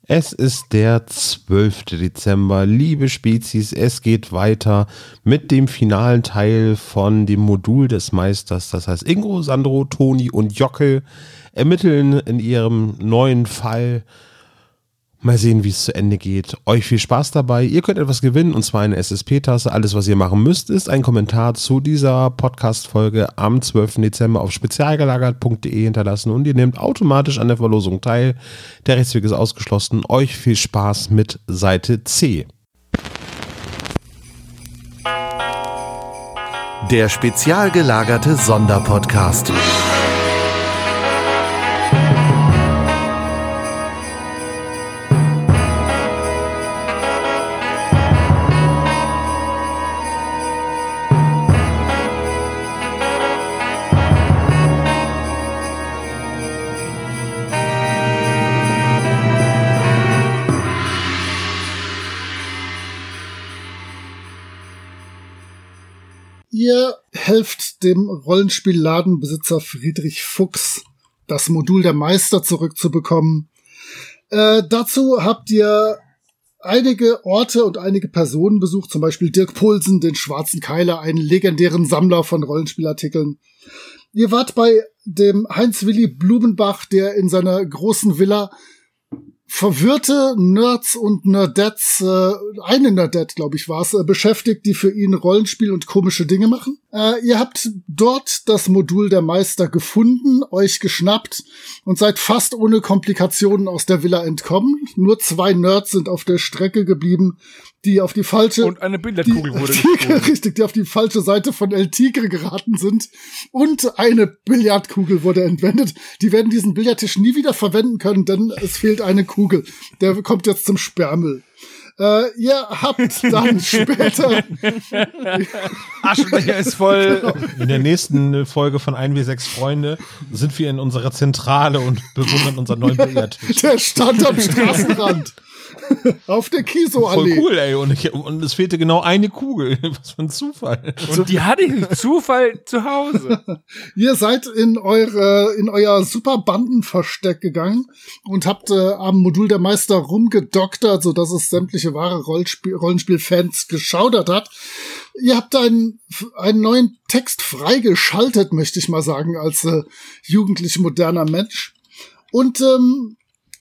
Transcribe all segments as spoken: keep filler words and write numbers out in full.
Es ist der zwölfte Dezember. Liebe Spezies, es geht weiter mit dem finalen Teil von dem Modul des Meisters. Das heißt, Ingo, Sandro, Toni und Jockel ermitteln in ihrem neuen Fall. Mal sehen, wie es zu Ende geht. Euch viel Spaß dabei. Ihr könnt etwas gewinnen, und zwar eine S S P-Tasse. Alles, was ihr machen müsst, ist ein Kommentar zu dieser Podcast-Folge am zwölften Dezember auf spezialgelagert punkt de hinterlassen und ihr nehmt automatisch an der Verlosung teil. Der Rechtsweg ist ausgeschlossen. Euch viel Spaß mit Seite C. Der spezial gelagerte Sonderpodcast. Ihr helft dem Rollenspielladenbesitzer Friedrich Fuchs, das Modul der Meister zurückzubekommen. Äh, dazu habt ihr einige Orte und einige Personen besucht, zum Beispiel Dirk Poulsen, den Schwarzen Keiler, einen legendären Sammler von Rollenspielartikeln. Ihr wart bei dem Heinz-Willi Blumenbach, der in seiner großen Villa verwirrte Nerds und Nerdettes, äh, eine Nerdette, glaube ich, war es, äh, beschäftigt, die für ihn Rollenspiel und komische Dinge machen. Äh, ihr habt dort das Modul der Meister gefunden, euch geschnappt und seid fast ohne Komplikationen aus der Villa entkommen. Nur zwei Nerds sind auf der Strecke geblieben, die auf die falsche... Und eine Billardkugel die, wurde die, Richtig, die auf die falsche Seite von El Tigre geraten sind. Und eine Billardkugel wurde entwendet. Die werden diesen Billardtisch nie wieder verwenden können, denn es fehlt eine Kugel. Der kommt jetzt zum Sperrmüll. Äh, ihr habt dann später... Aschenbecher ist voll. Genau. In der nächsten Folge von ein W sechs Freunde sind wir in unserer Zentrale und bewundern unseren neuen Billardtisch. Der stand am Straßenrand. Auf der Kiesow-Allee. Voll cool, ey. Und, ich, und es fehlte genau eine Kugel. Was für ein Zufall. Und die hatte ich im Zufall zu Hause. Ihr seid in eure, in euer super Bandenversteck gegangen und habt äh, am Modul der Meister rumgedoktert, sodass es sämtliche wahre Rollenspiel, Rollenspiel-Fans geschaudert hat. Ihr habt einen, einen neuen Text freigeschaltet, möchte ich mal sagen, als äh, jugendlich moderner Mensch. Und ähm,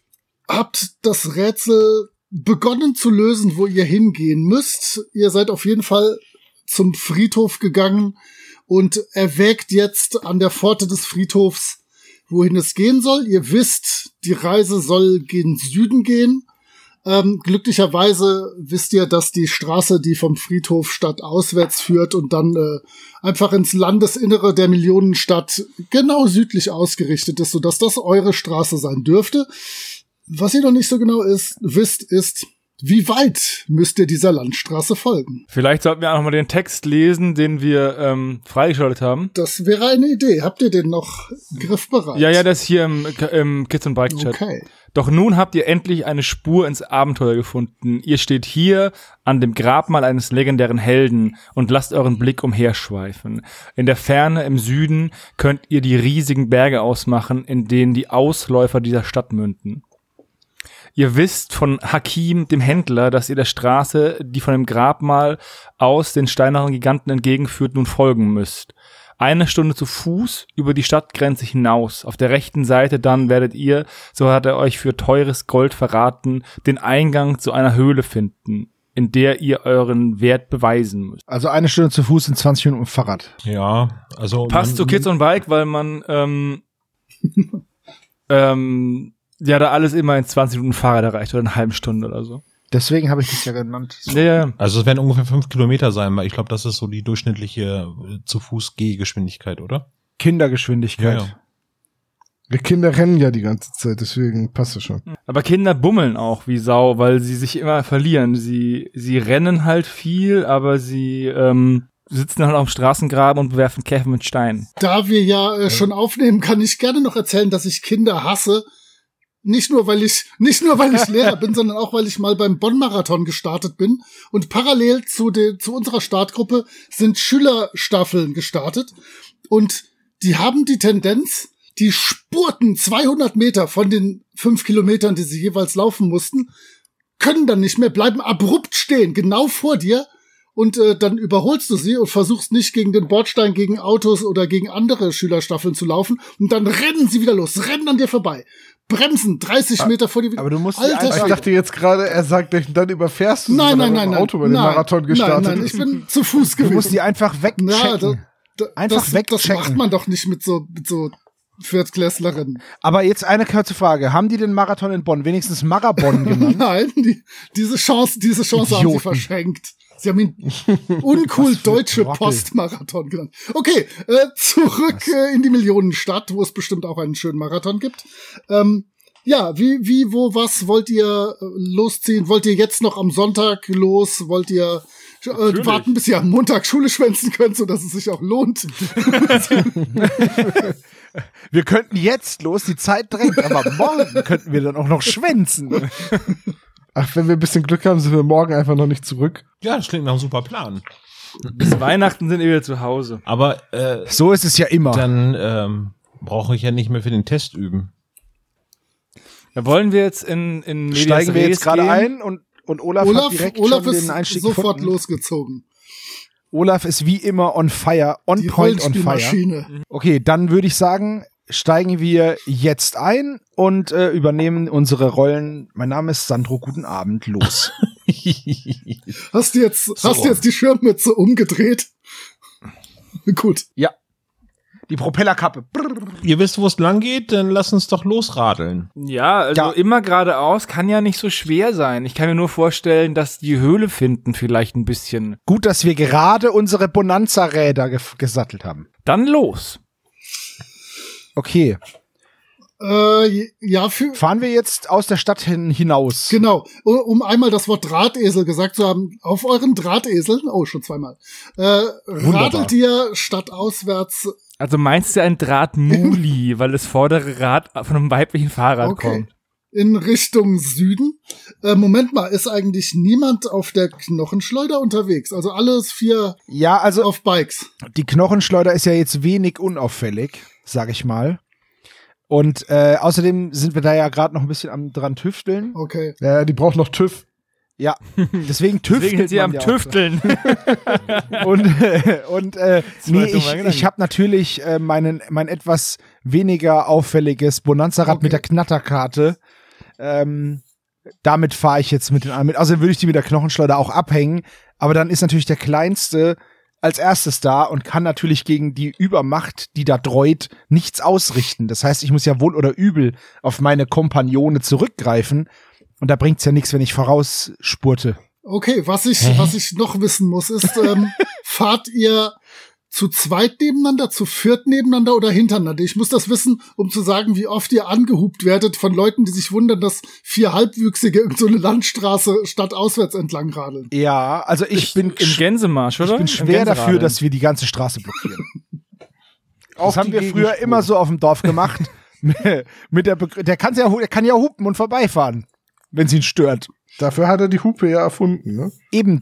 habt das Rätsel begonnen zu lösen, wo ihr hingehen müsst. Ihr seid auf jeden Fall zum Friedhof gegangen und erwägt jetzt an der Pforte des Friedhofs, wohin es gehen soll. Ihr wisst, die Reise soll gen Süden gehen. Ähm, glücklicherweise wisst ihr, dass die Straße, die vom Friedhof stadtauswärts führt und dann äh, einfach ins Landesinnere der Millionenstadt genau südlich ausgerichtet ist, sodass das eure Straße sein dürfte. Was ihr noch nicht so genau ist, wisst, ist, wie weit müsst ihr dieser Landstraße folgen? Vielleicht sollten wir auch noch mal den Text lesen, den wir ähm, freigeschaltet haben. Das wäre eine Idee. Habt ihr den noch griffbereit? Ja, ja, das hier im, im Kids and Bike Chat. Okay. Doch nun habt ihr endlich eine Spur ins Abenteuer gefunden. Ihr steht hier an dem Grabmal eines legendären Helden und lasst euren Blick umherschweifen. In der Ferne im Süden könnt ihr die riesigen Berge ausmachen, in denen die Ausläufer dieser Stadt münden. Ihr wisst von Hakim, dem Händler, dass ihr der Straße, die von dem Grabmal aus den steinernen Giganten entgegenführt, nun folgen müsst. Eine Stunde zu Fuß über die Stadtgrenze hinaus. Auf der rechten Seite dann werdet ihr, so hat er euch für teures Gold verraten, den Eingang zu einer Höhle finden, in der ihr euren Wert beweisen müsst. Also eine Stunde zu Fuß in zwanzig Minuten mit dem Fahrrad. Ja, also... Passt man, zu Kids on Bike, weil man ähm, ähm, ja da alles immer in zwanzig Minuten Fahrrad erreicht oder eine halbe Stunde oder so. Deswegen habe ich das ja genannt. Ja, ja. Also es werden ungefähr fünf Kilometer sein, weil ich glaube, das ist so die durchschnittliche äh, zu Fuß Gehgeschwindigkeit, oder? Kindergeschwindigkeit. Ja, ja. Die Kinder rennen ja die ganze Zeit, deswegen passt das schon. Aber Kinder bummeln auch wie Sau, weil sie sich immer verlieren. Sie sie rennen halt viel, aber sie ähm, sitzen halt auf dem Straßengraben und bewerfen Käfer mit Steinen. Da wir ja äh, schon aufnehmen, kann ich gerne noch erzählen, dass ich Kinder hasse. Nicht nur, weil ich, nicht nur, weil ich Lehrer bin, sondern auch, weil ich mal beim Bonn-Marathon gestartet bin. Und parallel zu de, zu unserer Startgruppe sind Schülerstaffeln gestartet. Und die haben die Tendenz, die spurten zweihundert Meter von den fünf Kilometern, die sie jeweils laufen mussten, können dann nicht mehr, bleiben abrupt stehen, genau vor dir. Und äh, dann überholst du sie und versuchst nicht gegen den Bordstein, gegen Autos oder gegen andere Schülerstaffeln zu laufen. Und dann rennen sie wieder los, rennen an dir vorbei. Bremsen dreißig Meter vor dir wieder. Aber du musst Alter, Ich dachte jetzt gerade, er sagt euch, dann überfährst du sie, Nein, weil nein, er nein, mit dem nein. Auto bei dem nein, Marathon gestartet Nein, nein, ist. ich bin zu Fuß Du gewesen. musst die einfach wegchecken. Na, da, da, Einfach das, wegchecken. Das macht man doch nicht mit so, mit so Viertklässlerinnen. Aber jetzt eine kurze Frage. Haben die den Marathon in Bonn wenigstens Marabon genannt? Nein, die, diese Chance, diese Chance haben sie Idioten. verschenkt. Sie haben ihn uncool deutsche Trottel. Postmarathon genannt. Okay, äh, zurück äh, in die Millionenstadt, wo es bestimmt auch einen schönen Marathon gibt. Ähm, ja, wie, wie, wo, was wollt ihr äh, losziehen? Wollt ihr jetzt noch am Sonntag los? Wollt ihr äh, warten, bis ihr am Montag Schule schwänzen könnt, sodass es sich auch lohnt? Wir könnten jetzt los, die Zeit drängt, aber morgen könnten wir dann auch noch schwänzen. Ach, wenn wir ein bisschen Glück haben, sind wir morgen einfach noch nicht zurück. Ja, das klingt nach einem super Plan. Bis Weihnachten sind wir wieder zu Hause. Aber äh, So ist es ja immer. dann ähm, brauche ich ja nicht mehr für den Test üben. Da wollen wir jetzt in, in Medias Steigen wir Res jetzt gerade gehen. ein und, und Olaf, Olaf, hat direkt Olaf schon ist den Einstieg sofort gefunden. losgezogen. Olaf ist wie immer on fire, on Die point on fire. Rollenspielmaschine. Okay, dann würde ich sagen, steigen wir jetzt ein und äh, übernehmen unsere Rollen. Mein Name ist Sandro, guten Abend, los. Hast du jetzt, So. hast du jetzt die Schirmmütze umgedreht? Gut. Ja. Die Propellerkappe. Ihr wisst, wo es lang geht, dann lasst uns doch losradeln. Ja, also Ja. immer geradeaus kann ja nicht so schwer sein. Ich kann mir nur vorstellen, dass die Höhle finden vielleicht ein bisschen. Gut, dass wir gerade unsere Bonanza-Räder ge gesattelt haben. Dann los. Okay, Äh, ja, für, fahren wir jetzt aus der Stadt hin hinaus. genau. Um, um einmal das Wort Drahtesel gesagt zu haben, auf euren Drahteseln, oh, schon zweimal, äh, radelt ihr stadtauswärts. Also meinst du ein Drahtmuli, weil das vordere Rad von einem weiblichen Fahrrad Okay. kommt? In Richtung Süden. Äh, Moment mal, ist eigentlich niemand auf der Knochenschleuder unterwegs? Also alles vier Ja, also auf Bikes. die Knochenschleuder ist ja jetzt wenig unauffällig, sag ich mal. Und äh, außerdem sind wir da ja gerade noch ein bisschen am dran tüfteln. Okay. Ja, die braucht noch TÜV. Ja, deswegen tüftelt Deswegen sind sie man am ja auch Tüfteln. so. Und, äh, und äh, Das war nee, dummer ich, Gedanke. ich habe natürlich äh, meinen, mein etwas weniger auffälliges Bonanza-Rad Okay. mit der Knatterkarte. Ähm, damit fahre ich jetzt mit den anderen mit. Außerdem würde ich die mit der Knochenschleuder auch abhängen. Aber dann ist natürlich der Kleinste als erstes da und kann natürlich gegen die Übermacht, die da dreut, nichts ausrichten. Das heißt, ich muss ja wohl oder übel auf meine Kompagnone zurückgreifen. Und da bringt's ja nichts, wenn ich vorausspurte. Okay, was ich, was ich noch wissen muss, ist, ähm, fahrt ihr zu zweit nebeneinander, zu viert nebeneinander oder hintereinander? Ich muss das wissen, um zu sagen, wie oft ihr angehupt werdet von Leuten, die sich wundern, dass vier Halbwüchsige irgend so eine Landstraße stadtauswärts entlang radeln. Ja, also ich, bin Im Gänsemarsch, oder? Ich bin Im schwer dafür, Gänseradeln. dass wir die ganze Straße blockieren. Auch Das haben die wir früher Gegenspur. immer so auf dem Dorf gemacht. Mit der Begr- der, kann ja, hu- der kann ja hupen und vorbeifahren, wenn sie ihn stört. Dafür hat er die Hupe ja erfunden, ne? Eben.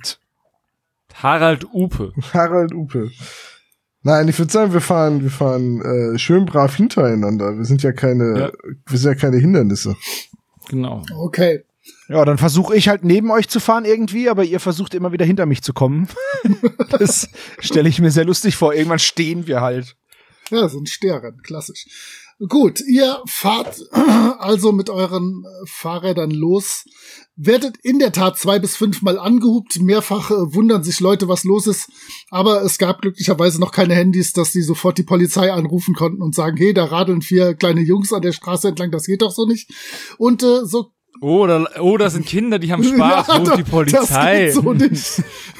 Harald Upe. Harald Upe. Nein, ich würde sagen, wir fahren, wir fahren äh, schön brav hintereinander. Wir sind ja keine, Ja. wir sind ja keine Hindernisse. Genau. Okay. Ja, dann versuche ich halt neben euch zu fahren irgendwie, aber ihr versucht immer wieder hinter mich zu kommen. Das stelle ich mir sehr lustig vor. Irgendwann stehen wir halt. Ja, so ein Steherrennen, klassisch. Gut, ihr fahrt also mit euren äh, Fahrrädern los, werdet in der Tat zwei bis fünfmal angehupt, mehrfach äh, wundern sich Leute, was los ist, aber es gab glücklicherweise noch keine Handys, dass die sofort die Polizei anrufen konnten und sagen, hey, da radeln vier kleine Jungs an der Straße entlang, das geht doch so nicht. Und äh, so Oh, da, oh, das sind Kinder, die haben Spaß. Ja, Wo ist die Polizei? Das geht so nicht.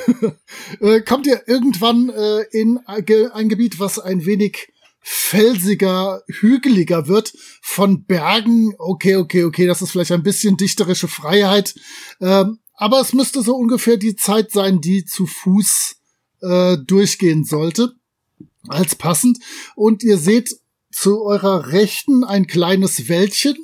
äh, kommt ihr irgendwann äh, in ein Ge- ein Gebiet, was ein wenig felsiger, hügeliger wird, von Bergen, okay, okay, okay, das ist vielleicht ein bisschen dichterische Freiheit, ähm, aber es müsste so ungefähr die Zeit sein, die zu Fuß äh, durchgehen sollte, als passend. Und ihr seht zu eurer Rechten ein kleines Wäldchen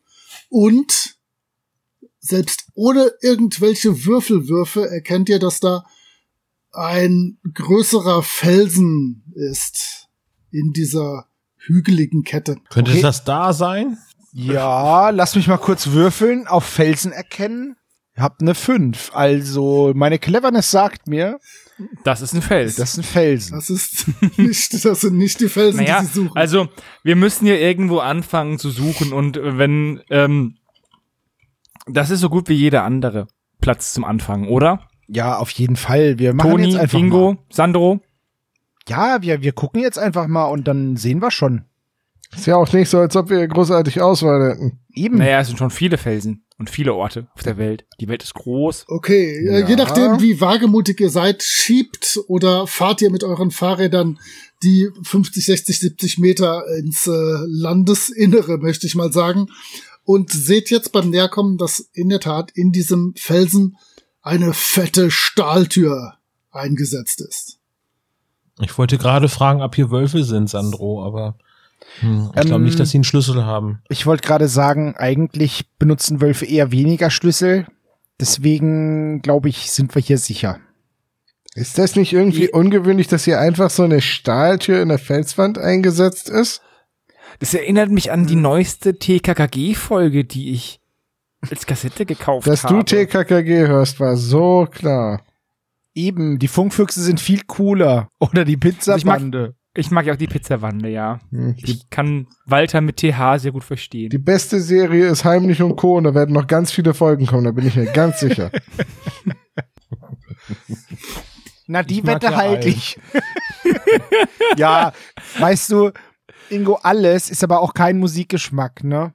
und selbst ohne irgendwelche Würfelwürfe erkennt ihr, dass da ein größerer Felsen ist in dieser hügeligen Kette. Könnte Okay. das da sein? Ja, lass mich mal kurz würfeln. Auf Felsen erkennen. Hab eine fünf. Also, meine Cleverness sagt mir, Das ist ein Fels. das ist ein Felsen. Das ist nicht, das sind nicht die Felsen, naja, die sie suchen. also wir müssen hier irgendwo anfangen zu suchen und wenn, ähm, das ist so gut wie jeder andere Platz zum Anfangen, oder? Ja, auf jeden Fall. Wir machen Toni, jetzt einfach Ingo, mal. Sandro. Ja, wir, wir gucken jetzt einfach mal und dann sehen wir schon. Ist ja auch nicht so, als ob wir großartig Auswahl hätten. Eben. Naja, es sind schon viele Felsen und viele Orte auf der Welt. Die Welt ist groß. Okay, äh, Ja. je nachdem, wie wagemutig ihr seid, schiebt oder fahrt ihr mit euren Fahrrädern die fünfzig, sechzig, siebzig Meter ins äh, Landesinnere, möchte ich mal sagen. Und seht jetzt beim Näherkommen, dass in der Tat in diesem Felsen eine fette Stahltür eingesetzt ist. Ich wollte gerade fragen, ob hier Wölfe sind, Sandro, aber hm, ich Ähm, glaube nicht, dass sie einen Schlüssel haben. Ich wollte gerade sagen, eigentlich benutzen Wölfe eher weniger Schlüssel. Deswegen, glaube ich, sind wir hier sicher. Ist das nicht irgendwie ungewöhnlich, dass hier einfach so eine Stahltür in der Felswand eingesetzt ist? Das erinnert mich an die neueste T K K G-Folge, die ich als Kassette gekauft Dass habe. du T K K G hörst, war so klar. Eben, die Funkfüchse sind viel cooler. Oder die Pizzabande. Ich mag ja auch die Pizzawande, ja. Hm. Ich kann Walter mit T H sehr gut verstehen. Die beste Serie ist Heimlich und Co. Und da werden noch ganz viele Folgen kommen, da bin ich mir ganz sicher. Na, die Ich mag Wette ja halte allen. ich. Ja, weißt du, Ingo, alles ist aber auch kein Musikgeschmack, ne?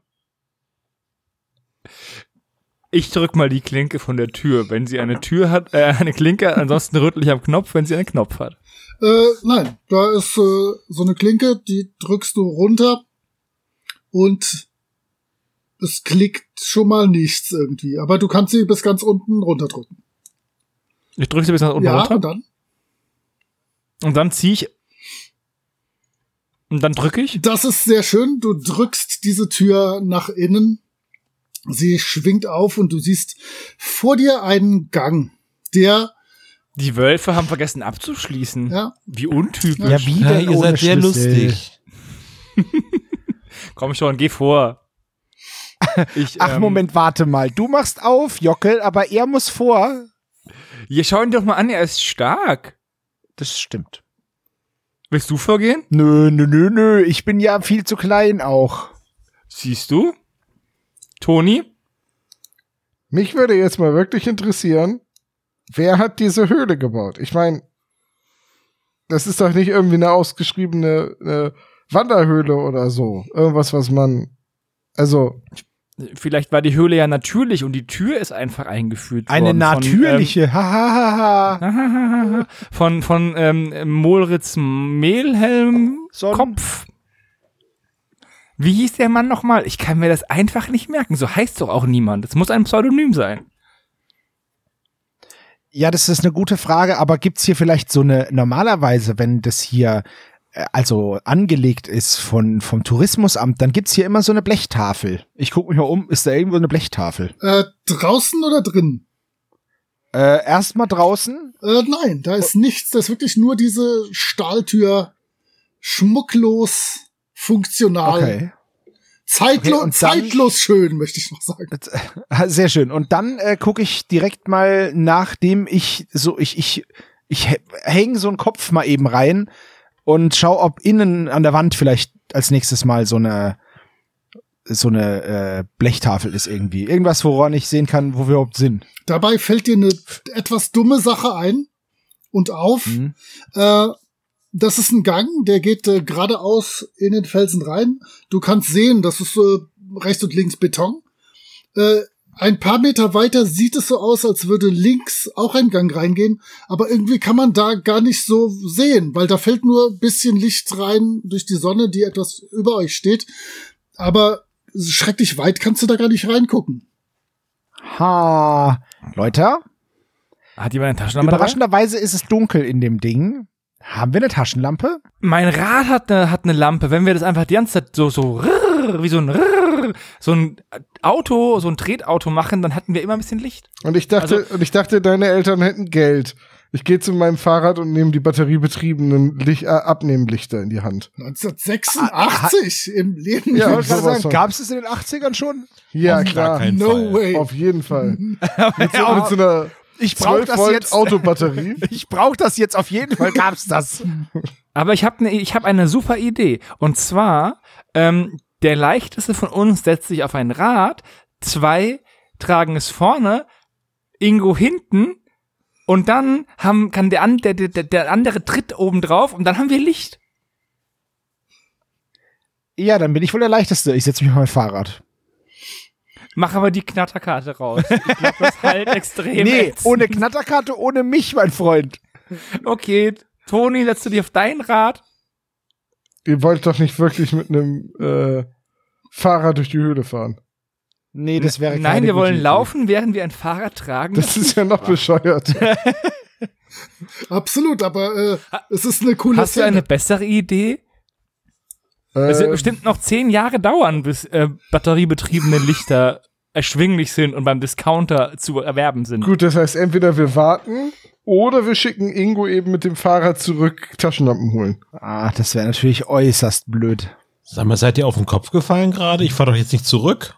Ich drück mal die Klinke von der Tür, wenn sie eine Tür hat, äh, eine Klinke, hat. Ansonsten rüttel ich am Knopf, wenn sie einen Knopf hat. Äh, nein, da ist äh, so eine Klinke, die drückst du runter und es klickt schon mal nichts irgendwie. Aber du kannst sie bis ganz unten runterdrücken. Ich drücke sie bis nach unten Ja, runter und dann? und dann ziehe ich und dann drücke ich. Das ist sehr schön. Du drückst diese Tür nach innen. Sie schwingt auf und du siehst vor dir einen Gang, der, Die Wölfe haben vergessen abzuschließen. ja, Wie untypisch. Ja, wie Ja, denn ihr ohne seid sehr Schlüssel? lustig. Komm schon, geh vor. Ich, Ach, ähm, Moment, warte mal. Du machst auf, Jockel, aber er muss vor. Ihr schau ihn doch mal an, er ist stark. Das stimmt. Willst du vorgehen? Nö, nö, nö, nö. Ich bin ja viel zu klein auch. Siehst du? Toni? Mich würde jetzt mal wirklich interessieren, wer hat diese Höhle gebaut? Ich meine, das ist doch nicht irgendwie eine ausgeschriebene eine Wanderhöhle oder so. Irgendwas, was man, also, Vielleicht war die Höhle ja natürlich und die Tür ist einfach eingeführt Eine worden. natürliche. Hahaha. Von, ähm, von, von ähm, Moritz Mehlhelm So ein- Kopf. Wie hieß der Mann nochmal? Ich kann mir das einfach nicht merken. So heißt doch auch niemand. Das muss ein Pseudonym sein. Ja, das ist eine gute Frage, aber gibt's hier vielleicht so eine, normalerweise, wenn das hier äh, also angelegt ist von, vom Tourismusamt, dann gibt's hier immer so eine Blechtafel. Ich gucke mich mal um, ist da irgendwo eine Blechtafel? äh, draußen oder drin? Äh, erstmal draußen. Äh, nein, da ist nichts. Da ist wirklich nur diese Stahltür, schmucklos, funktional, Okay. zeitlo Okay, und dann- zeitlos schön, möchte ich noch sagen. Sehr schön. Und dann äh, gucke ich direkt mal, nachdem ich so, ich, ich, ich hänge so einen Kopf mal eben rein und schau, ob innen an der Wand vielleicht als nächstes mal so eine so eine äh, Blechtafel ist irgendwie. Irgendwas, woran ich sehen kann, wo wir überhaupt sind. Dabei fällt dir eine etwas dumme Sache ein und auf. Mhm. Äh, das ist ein Gang, der geht äh, geradeaus in den Felsen rein. Du kannst sehen, das ist äh, rechts und links Beton. Äh, ein paar Meter weiter sieht es so aus, als würde links auch ein Gang reingehen. Aber irgendwie kann man da gar nicht so sehen, weil da fällt nur ein bisschen Licht rein durch die Sonne, die etwas über euch steht. Aber schrecklich weit kannst du da gar nicht reingucken. Ha. Leute, Hat jemand eine Taschenlampe dabei? überraschenderweise ist es dunkel in dem Ding. Haben wir eine Taschenlampe? Mein Rad hat eine, hat eine Lampe. Wenn wir das einfach die ganze Zeit so, so, rrrr, wie so ein, rrrr, so ein Auto, so ein Tretauto machen, dann hatten wir immer ein bisschen Licht. und ich dachte, Also- und ich dachte, deine Eltern hätten Geld. Ich gehe zu meinem Fahrrad und nehme die batteriebetriebenen Licht, äh, Abnehmlichter in die Hand. neunzehnhundertsechsundachtzig im Leben. Ja, Ja, und sowas von. Gab es das in den achtzigern schon? Ja, Auf klar. gar keinen no Fall. way. Auf jeden Fall. mit, so, Ja, mit so einer ich brauche zwölf das Volt jetzt. Autobatterie. Ich brauche das jetzt auf jeden Fall. Gab's das? Aber ich habe ne, ich hab eine super Idee. Und zwar, ähm, der leichteste von uns setzt sich auf ein Rad, zwei tragen es vorne, Ingo hinten und dann haben, kann der, an, der, der, der andere tritt oben drauf und dann haben wir Licht. Ja, dann bin ich wohl der Leichteste. Ich setze mich auf mein Fahrrad. Mach aber die Knatterkarte raus. Ich glaube, das halt extrem. Nee, ätzend. ohne Knatterkarte, ohne mich, mein Freund. Okay, Toni, setzt du dich auf dein Rad? Ihr wollt doch nicht wirklich mit einem äh, Fahrrad durch die Höhle fahren. Nee, das wäre Nein, keine wir gute wollen Idee. laufen, während wir ein Fahrrad tragen. Das ist ja noch bescheuert. absolut, aber äh, es ist eine coole Hast du eine bessere Idee? Es wird äh, bestimmt noch zehn Jahre dauern, bis äh, batteriebetriebene Lichter erschwinglich sind und beim Discounter zu erwerben sind. gut, das heißt, entweder wir warten oder wir schicken Ingo eben mit dem Fahrrad zurück Taschenlampen holen. Ah, das wäre natürlich äußerst blöd. Sag mal, seid ihr auf den Kopf gefallen gerade? Ich fahr doch jetzt nicht zurück.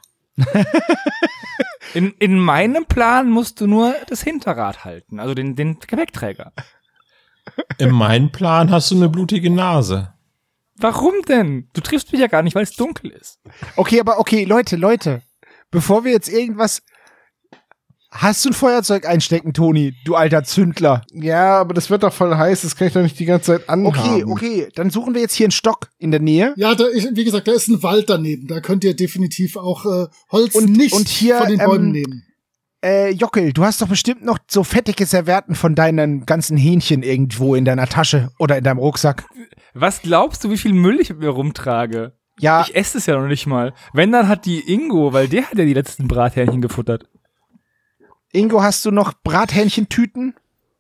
In, in meinem Plan musst du nur das Hinterrad halten, also den, den Gepäckträger. In meinem Plan hast du eine blutige Nase. Warum denn? Du triffst mich ja gar nicht, weil es dunkel ist. Okay, aber okay, Leute, Leute. Bevor wir jetzt irgendwas... Hast du ein Feuerzeug einstecken, Toni, du alter Zündler? Ja, aber das wird doch voll heiß, das kann ich doch nicht die ganze Zeit anhaben. Okay, okay, dann suchen wir jetzt hier einen Stock in der Nähe. Ja, da, ich, wie gesagt, da ist ein Wald daneben. Da könnt ihr definitiv auch äh, Holz Und- nicht und hier, von den Bäumen ähm, nehmen. Äh, Jockel, du hast doch bestimmt noch so fettige Servietten von deinen ganzen Hähnchen irgendwo in deiner Tasche oder in deinem Rucksack. Was glaubst du, wie viel Müll ich mit mir rumtrage? Ja, Ich esse es ja noch nicht mal. Wenn, dann hat die Ingo, weil der hat ja die letzten Brathähnchen gefuttert. Ingo, hast du noch Brathähnchentüten?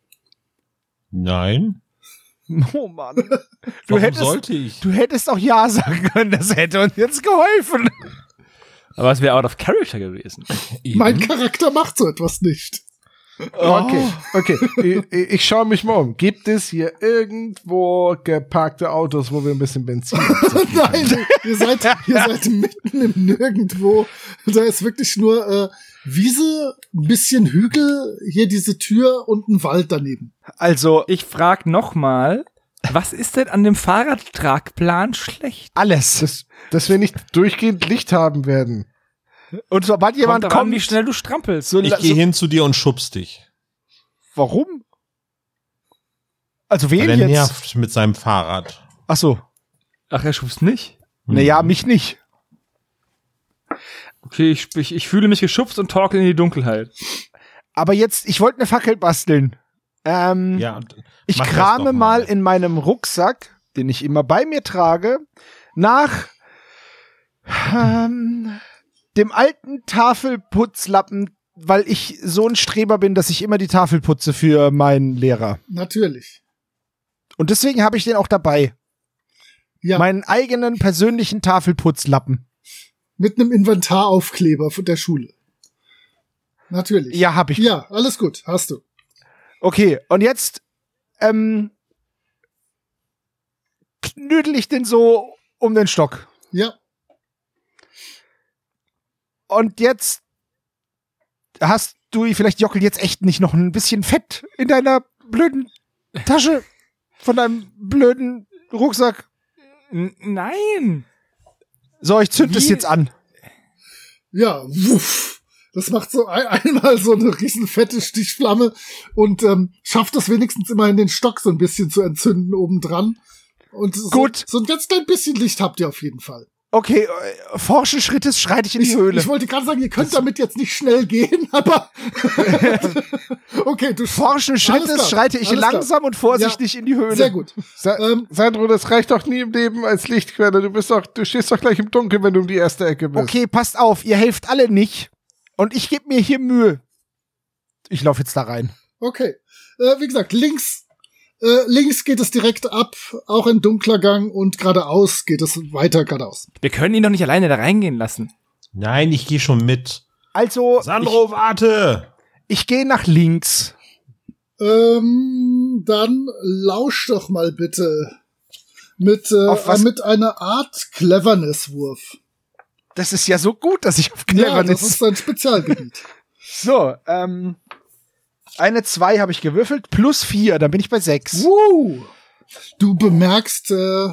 Nein. Oh Mann. Du Warum hättest, sollte ich? du hättest auch Ja sagen können, das hätte uns jetzt geholfen. Aber es wäre out of character gewesen. Mein Charakter macht so etwas nicht. Okay, okay. ich, ich schaue mich mal um. Gibt es hier irgendwo geparkte Autos, wo wir ein bisschen Benzin haben? Nein, ihr seid, ihr seid mitten im Nirgendwo. Da ist wirklich nur äh, Wiese, ein bisschen Hügel, hier diese Tür und ein Wald daneben. Also, Ich frag noch mal, was ist denn an dem Fahrradtragplan schlecht? alles. dass, dass wir nicht durchgehend Licht haben werden. Und sobald jemand Kommt drauf an, kommt, wie schnell du strampelst. so, Ich so, gehe hin zu dir und schubst dich. warum? Also Weil wen er jetzt? nervt mit seinem Fahrrad. Ach so. Ach, er schubst nicht? Naja, mich nicht. Okay, ich, ich, ich fühle mich geschubst und torkel in die Dunkelheit. Aber jetzt, ich wollte eine Fackel basteln. Ähm, Ja, ich mach das krame doch mal mal. in meinem Rucksack, den ich immer bei mir trage, nach ähm, dem alten Tafelputzlappen, weil ich so ein Streber bin, dass ich immer die Tafel putze für meinen Lehrer. Natürlich. Und deswegen habe ich den auch dabei. Ja, Meinen eigenen persönlichen Tafelputzlappen. mit einem Inventaraufkleber von der Schule. Natürlich. Ja, habe ich. Ja, alles gut, hast du. Okay, und jetzt ähm, knödel ich den so um den Stock. Ja, Und jetzt hast du vielleicht, Jockel, jetzt echt nicht noch ein bisschen Fett in deiner blöden Tasche von deinem blöden Rucksack. N nein! So, ich zünd Wie? es jetzt an. ja, wuff. Das macht so ein, einmal so eine riesen fette Stichflamme und ähm, schafft es wenigstens immerhin den Stock so ein bisschen zu entzünden obendran. Und so, Gut. so ein ganz klein bisschen Licht habt ihr auf jeden Fall. Okay, äh, forschen Schrittes schreite ich in die Ich, Höhle. ich wollte gerade sagen, ihr könnt damit jetzt nicht schnell gehen, aber okay, du Forschen Alles Schrittes klar, schreite ich alles klar. langsam und vorsichtig in die Höhle. Sehr gut. Sa Ähm, Sandro, das reicht doch nie im Leben als Lichtquelle. Du bist doch, du stehst doch gleich im Dunkeln, wenn du um die erste Ecke bist. Okay, passt auf, ihr helft alle nicht. Und ich gebe mir hier Mühe. Ich laufe jetzt da rein. Okay. Äh, wie gesagt, links, äh, links geht es direkt ab, auch ein dunkler Gang und geradeaus geht es weiter geradeaus. Wir können ihn doch nicht alleine da reingehen lassen. Nein, ich gehe schon mit. Also, Sandro, warte! ich, ich gehe nach links. Ähm, dann lausch doch mal bitte mit, äh, Auf was? mit einer Art Cleverness-Wurf. Das ist ja so gut, dass ich auf Ja, Cleverness... das ist ein Spezialgebiet. So, ähm, eine zwei habe ich gewürfelt, plus vier, dann bin ich bei sechs. Woo! Du bemerkst, äh,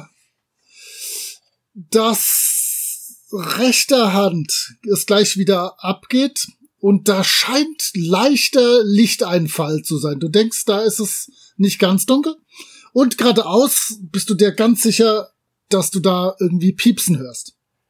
dass rechter Hand es gleich wieder abgeht und da scheint leichter Lichteinfall zu sein. Du denkst, da ist es nicht ganz dunkel und geradeaus bist du dir ganz sicher, dass du da irgendwie piepsen hörst.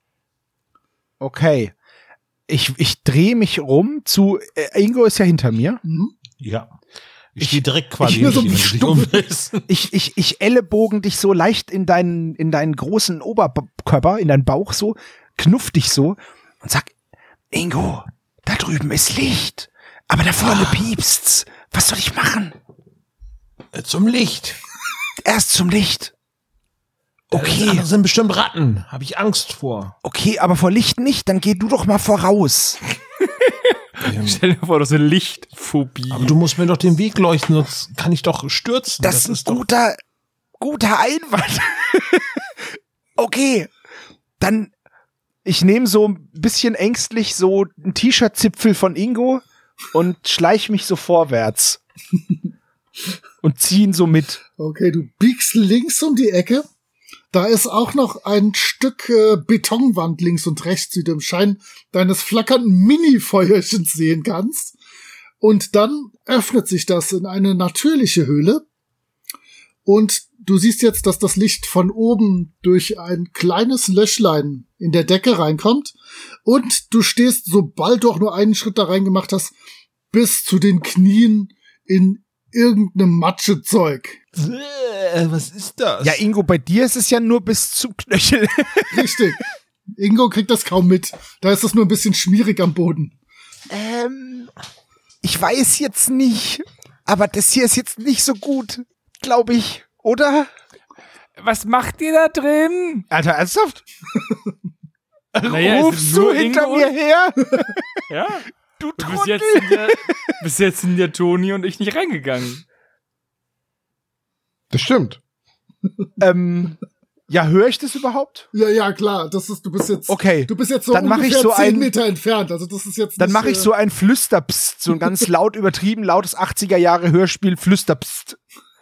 Okay. Ich, ich drehe mich rum zu, äh, Ingo ist ja hinter mir. Mhm. Ja. Ich stehe direkt quasi ich bin so hinter ihm, wenn du dich stumm. umdrehst. Ich, ich, ich ellenbogen dich so leicht in deinen, in deinen großen Oberkörper, in deinen Bauch so, knuff dich so und sag, Ingo, da drüben ist Licht, aber da vorne piepst's. Was soll ich machen? Äh, Zum Licht. Erst zum Licht. Das Okay, andere sind bestimmt Ratten. Habe ich Angst vor. okay, aber vor Licht nicht, dann geh du doch mal voraus. Stell dir vor, das ist eine Lichtphobie. Aber du musst mir doch den Weg leuchten, sonst kann ich doch stürzen. Das, ist ein guter, guter Einwand. Okay, dann ich nehme so ein bisschen ängstlich so ein T-Shirt-Zipfel von Ingo und schleich mich so vorwärts und zieh ihn so mit. Okay, du biegst links um die Ecke. Da ist auch noch ein Stück äh, Betonwand links und rechts, wie du im Schein deines flackernden Mini-Feuerchens sehen kannst. Und dann öffnet sich das in eine natürliche Höhle. Und du siehst jetzt, dass das Licht von oben durch ein kleines Löchlein in der Decke reinkommt. Und du stehst, sobald du auch nur einen Schritt da rein gemacht hast, bis zu den Knien in irgendeinem Matschezeug. Äh, was ist das? Ja, Ingo, bei dir ist es ja nur bis zum Knöchel. Richtig. Ingo kriegt das kaum mit. Da ist es nur ein bisschen schmierig am Boden. Ähm, ich weiß jetzt nicht, aber das hier ist jetzt nicht so gut, glaube ich, oder? Was macht ihr da drin? Alter, ernsthaft? Naja, es Rufst ist du nur hinter Ingo mir her? Ja. Du Bis Trottel. jetzt, sind ja, bis jetzt sind ja Toni und ich nicht reingegangen. Das stimmt. ähm, ja, höre ich das überhaupt? Ja, ja, klar. Das ist, du bist jetzt, Okay, du bist jetzt so dann mach ich ungefähr so zehn ein- Meter entfernt. Also das ist jetzt dann nicht, mache ich äh, so ein Flüsterpst, so ein ganz laut übertrieben lautes achtziger Jahre Hörspiel Flüsterpst.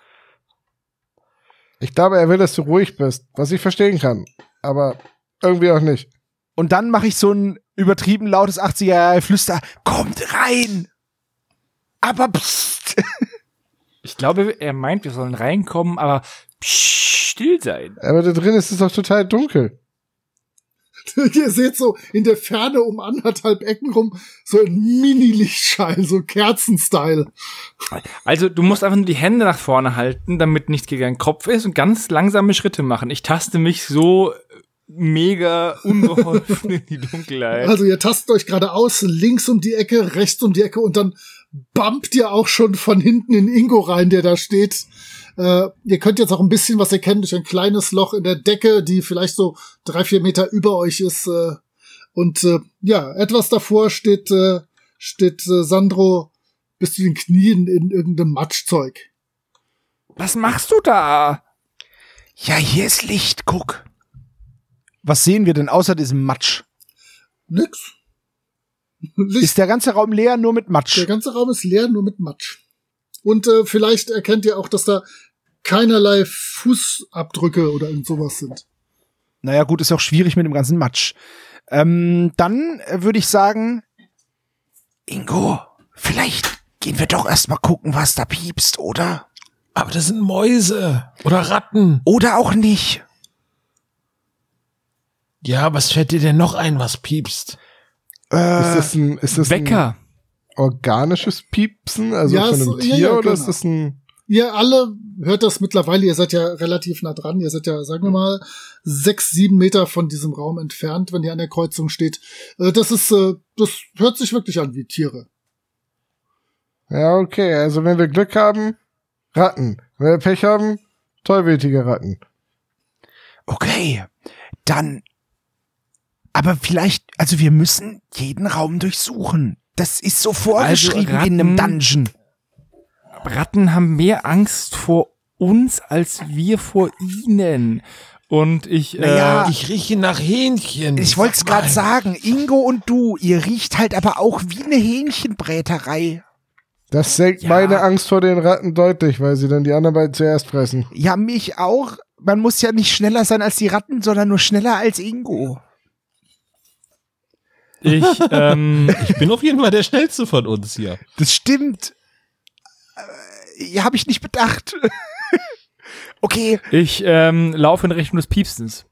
Ich glaube, er will, dass du ruhig bist, was ich verstehen kann. Aber irgendwie auch nicht. Und dann mache ich so ein übertrieben lautes achtziger Jahre Flüster. Kommt rein! Aber pst! Ich glaube, er meint, wir sollen reinkommen, aber psch, still sein. Aber da drin ist es doch total dunkel. Ihr seht so in der Ferne um anderthalb Ecken rum so ein Mini-Lichtschein, so Kerzenstyle. Also du musst einfach nur die Hände nach vorne halten, damit nichts gegen deinen Kopf ist und ganz langsame Schritte machen. Ich taste mich so mega unbeholfen in die Dunkelheit. Also ihr tastet euch geradeaus, links um die Ecke, rechts um die Ecke und dann bumpt ihr auch schon von hinten in Ingo rein, der da steht. Äh, ihr könnt jetzt auch ein bisschen was erkennen durch ein kleines Loch in der Decke, die vielleicht so drei, vier Meter über euch ist. Äh, und äh, ja, etwas davor steht, äh, steht äh, Sandro bis zu den Knien in irgendeinem Matschzeug. Was machst du da? Ja, hier ist Licht, guck. Was sehen wir denn außer diesem Matsch? Nix. Licht. Ist der ganze Raum leer, nur mit Matsch? Der ganze Raum ist leer, nur mit Matsch. Und äh, vielleicht erkennt ihr auch, dass da keinerlei Fußabdrücke oder irgend sowas sind. Naja, gut, ist auch schwierig mit dem ganzen Matsch. Ähm, dann äh, würde ich sagen, Ingo, vielleicht gehen wir doch erst mal gucken, was da piepst, oder? Aber das sind Mäuse oder Ratten. Oder auch nicht. Ja, was fällt dir denn noch ein, was piepst? Äh, Ist das ein, ist das ein Wecker. organisches Piepsen? Also Ja, von einem so- Tier ja, ja, oder genau. ist das ein... Ihr alle hört das mittlerweile, ihr seid ja relativ nah dran, ihr seid ja, sagen wir mal, sechs, sieben Meter von diesem Raum entfernt, wenn ihr an der Kreuzung steht. Äh, das ist, äh, das hört sich wirklich an wie Tiere. Ja, okay. Also wenn wir Glück haben, Ratten. Wenn wir Pech haben, tollwütige Ratten. okay, dann. Aber vielleicht, also wir müssen jeden Raum durchsuchen. Das ist so vorgeschrieben Also in einem Ratten- Dungeon. Ratten haben mehr Angst vor uns als wir vor ihnen. Und ich, Naja, äh, Ich rieche nach Hähnchen. Ich wollte es gerade sagen, Ingo und du, ihr riecht halt aber auch wie eine Hähnchenbräterei. Das senkt Ja. meine Angst vor den Ratten deutlich, weil sie dann die anderen beiden zuerst fressen. Ja, mich auch. Man muss ja nicht schneller sein als die Ratten, sondern nur schneller als Ingo. ich, ähm, Ich bin auf jeden Fall der Schnellste von uns hier. Das stimmt. Äh, ja, habe ich nicht bedacht. Okay, ich ähm, laufe in Richtung des Piepsens.